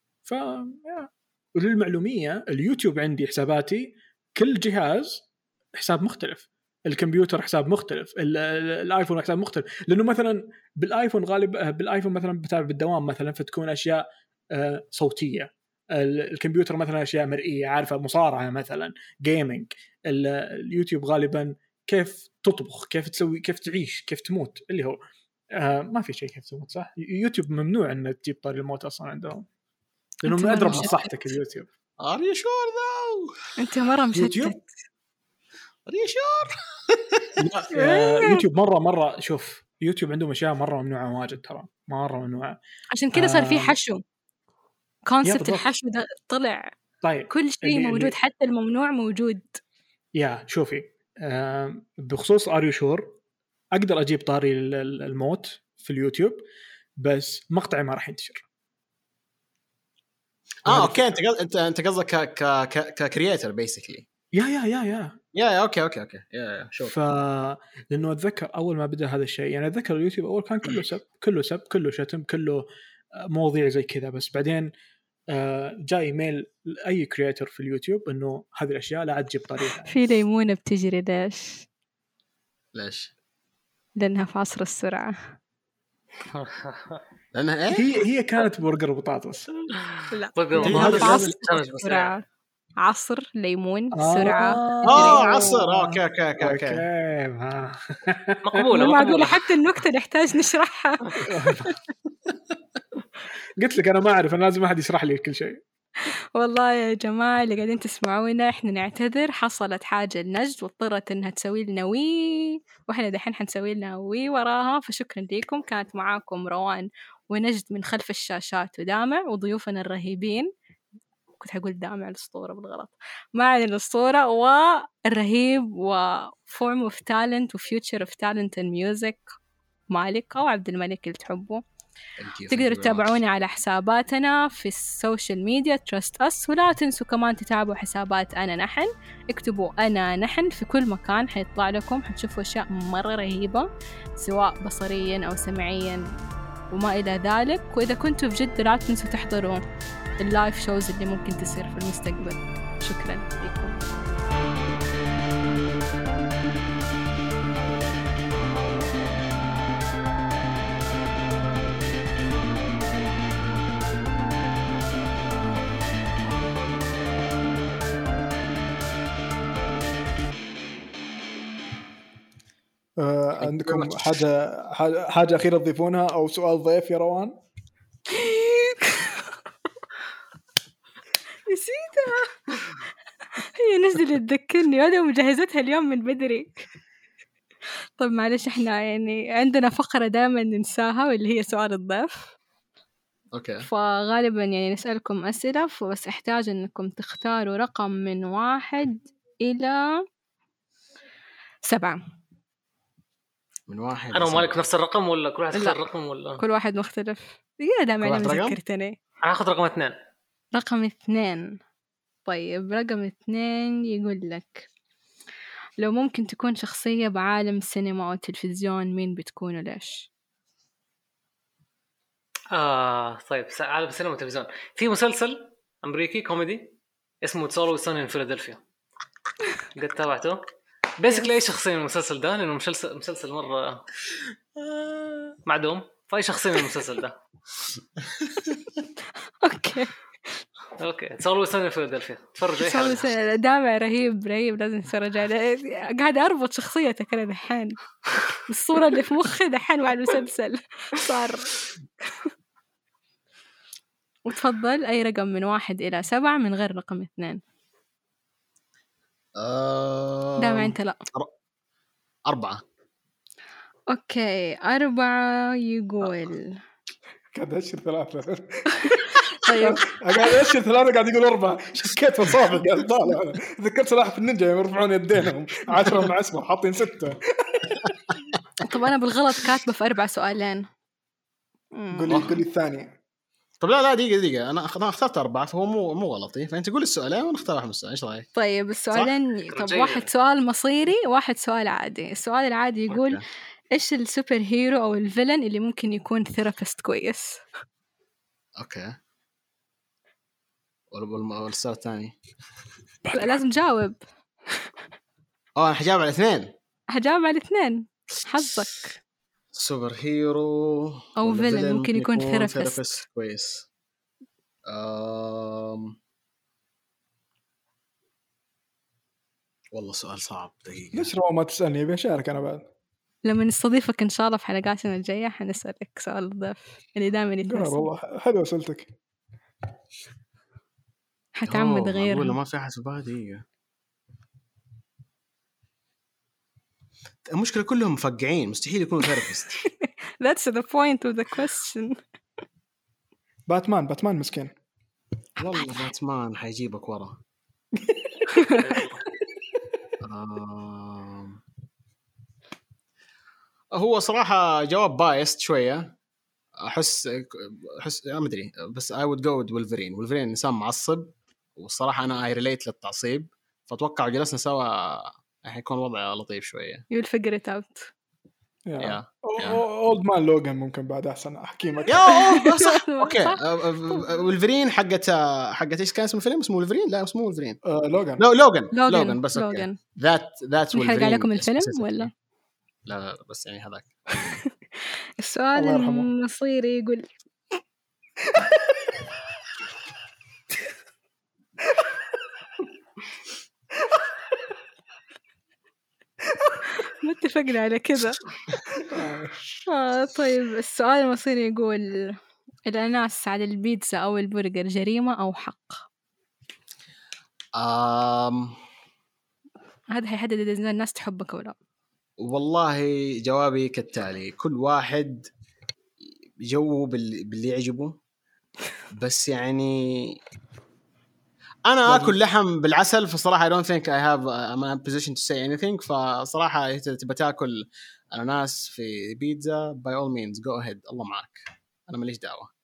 Speaker 3: وللمعلومية اليوتيوب عندي حساباتي كل جهاز حساب مختلف، الكمبيوتر حساب مختلف، الايفون حساب مختلف. لأنه مثلا بالآيفون بالآيفون مثلا بتابع بالدوام مثلا فتكون أشياء صوتية، الكمبيوتر مثلا أشياء مرئية عارفة مصارعة مثلا جيمينج. اليوتيوب غالبا كيف تطبخ، كيف تسوي، كيف تعيش، كيف تموت، اللي هو ما في شيء كيف تموت صح. يوتيوب ممنوع أن تجيب طاري الموت أصلا عندهم لأنه من أضرب مصلحتك اليوتيوب.
Speaker 4: Are you sure though؟
Speaker 1: أنت مرة مشتت.
Speaker 4: Are you sure؟
Speaker 3: يوتيوب مرة شوف يوتيوب عندهم اشياء مره ممنوعه واجد، ترى مره ممنوعه.
Speaker 1: عشان كذا صار في حشو،
Speaker 3: يا
Speaker 1: كونسبت
Speaker 3: بالضبط.
Speaker 1: الحشو ده طلع،
Speaker 3: طيب
Speaker 1: كل شيء موجود، حتى الممنوع موجود.
Speaker 3: يا شوفي بخصوص ار يو شور اقدر اجيب طاري الموت في اليوتيوب، بس مقطعي ما راح ينتشر.
Speaker 4: اوكي، انت قصدك ككرييتر بيسكلي.
Speaker 3: يا
Speaker 4: اوكي شوف،
Speaker 3: لانه اتذكر اول ما بدا هذا الشيء، يعني اتذكر اليوتيوب اول كان كله سب كله شتم كله مواضيع زي كذا، بس بعدين جاء ايميل لاي كرييتر في اليوتيوب انه هذه الاشياء لا تجيب طريقها.
Speaker 1: في ليمونه بتجري
Speaker 4: ليش؟
Speaker 1: لانها في عصر السرعه.
Speaker 4: لانها
Speaker 3: هي كانت برجر بطاطس.
Speaker 1: لا
Speaker 2: برجر
Speaker 1: عصر السرعه، عصر ليمون سرعه.
Speaker 4: عصر. اوكي
Speaker 2: مقبوله.
Speaker 1: معقوله حتى النكته نحتاج نشرحها.
Speaker 3: قلت لك انا ما اعرف، انا لازم احد يشرح لي كل شيء.
Speaker 1: والله يا جماعه اللي قاعدين تسمعونا، احنا نعتذر، حصلت حاجه لنجد واضطرت انها تسوي لنا وي، واحنا دحين حنسوي لنا وي وراها. فشكرا لكم، كانت معاكم روان ونجد من خلف الشاشات ودامع، وضيوفنا الرهيبين. كنت هقول دامع الأسطورة بالغلط، معنا الأسطورة والرهيب وفورم اوف تالنت وفيوتشر اوف تالنت and ميوزك مالك أو عبد الملك اللي تحبه. تقدروا تتابعونا على حساباتنا في السوشيال ميديا Trust Us، ولا تنسوا كمان تتابعوا حسابات أنا نحن. اكتبوا أنا نحن في كل مكان، حيطلع لكم، حتشوفوا أشياء مرة رهيبة سواء بصريا أو سمعيا وما إلى ذلك. وإذا كنتوا في جدة لا تنسوا تحضروا اللايف شوز اللي ممكن تصير في المستقبل. شكرا لكم.
Speaker 3: عندكم حاجة أخيرة تضيفونها أو سؤال ضيف يا روان؟
Speaker 1: نسيتها. هي نجد اللي تذكرني، وأنا مجهزتها اليوم من بدري. طب معلش، احنا يعني عندنا فقرة دائما ننساها واللي هي سؤال الضيف.
Speaker 4: اوكي.
Speaker 1: فغالبا يعني نسألكم أسئلة، بس احتاج انكم تختاروا رقم من 1 إلى 7.
Speaker 4: من 1
Speaker 2: انا ومالك نفس الرقم ولا كل واحد يختار رقم ولا
Speaker 1: كل واحد مختلف؟ يا دام انا ذكرتني.
Speaker 2: انا اخذ رقم 2.
Speaker 1: رقم 2. طيب رقم 2 يقول لك لو ممكن تكون شخصية بعالم السينما أو التلفزيون مين بتكون وليش؟
Speaker 2: طيب عالم السينما والتلفزيون، في مسلسل أمريكي كوميدي اسمه It's Always Sunny in Philadelphia. قد تابعته؟ بيسكلي أي شخصية من المسلسل ده، لأنه مسلسل مرة معدوم، فأي شخصية من المسلسل ده. اوكي It's Always Sunny in Philadelphia. تفرج اي حاجه.
Speaker 1: دامع رهيب لازم تتفرج عليه. قاعد اربط شخصيتك انا دحين، الصوره اللي في مخي دحين مع المسلسل صار. وتفضل اي رقم من 1 إلى 7 من غير رقم 2. دامع انت. لا
Speaker 4: 4.
Speaker 1: اوكي 4 يقول
Speaker 3: قاعد اشر 3.
Speaker 1: طيب
Speaker 3: قاعد اشر 3 قاعد يقول 4. شكيت مصابي قاعد طالع. انا ذكرت سلاحف النينجا يرفعون يدينهم 10 مع اسمه حاطين 6.
Speaker 1: طب انا بالغلط كاتبه في 4 سؤالين.
Speaker 3: قولي الثاني.
Speaker 4: طب لا دقيقة أنا اخترت 4 فهو مو غلطي، فأنت قول السؤالين ونختار واحد من السؤالين. إيش رأيك؟
Speaker 1: طيب السؤالين. طب واحد سؤال مصيري واحد سؤال عادي. السؤال العادي يقول
Speaker 4: أوكي.
Speaker 1: إيش السوبر هيرو أو الفيلن اللي ممكن يكون ثيرابيست كويس؟
Speaker 4: أوكي. والسؤال الثاني
Speaker 1: لازم جاوب.
Speaker 4: أنا حجاوب على 2.
Speaker 1: هجاوب على 2. حظك.
Speaker 4: سوبر هيرو
Speaker 1: أو فيلن ممكن يكون
Speaker 4: ثيرابيست كويس. والله سؤال صعب. دقيقة
Speaker 3: ليش رو ما تسألني؟ بشارك أنا بعد.
Speaker 1: لما نستضيفك إن شاء الله في حلقاتنا الجاية حنسألك سؤال الضيف اللي دائما يتنسى.
Speaker 3: والله حلو أسئلتك.
Speaker 1: حتعمد غيرها.
Speaker 4: ولا ما في أحد في بالي. المشكله كلهم مفقعين، مستحيل يكونوا ثيرابيست.
Speaker 1: That's the point of the question.
Speaker 3: باتمان مسكين.
Speaker 4: والله باتمان حيجيبك ورا. هو صراحة جواب بايست شوية، أحس ما أدري، بس I would go with Wolverine إنسان معصب، والصراحة أنا I relate للتعصيب، فأتوقع جلسنا سوا حيكون وضع لطيف شوية.
Speaker 1: You'll figure it out.
Speaker 3: اولد مان لوغان ممكن بعد احسن احكي مك.
Speaker 4: اوكي ولفرين حقت ايش كان اسمه الفيلم؟ اسمه ولفرين؟ لا اسمه ولفرين لوغان بس اوكي ذات
Speaker 1: ولفرين. حرق عليكم الفيلم ولا
Speaker 4: لا بس يعني هذاك.
Speaker 1: السؤال المصيري يقول ما اتفقنا على كذا. طيب السؤال المصيري يقول الأناس على البيتزا أو البرجر جريمة أو حق؟ هذا هيحدد إذا الناس تحبك أو لا.
Speaker 4: والله جوابي كالتالي: كل واحد جوه باللي يعجبه، بس يعني أنا أكل لحم بالعسل، فصراحة I don't think I have a position to say anything. فصراحة تبى تاكل أناناس في بيتزا by all means go ahead، الله معك، أنا ماليش دعوة.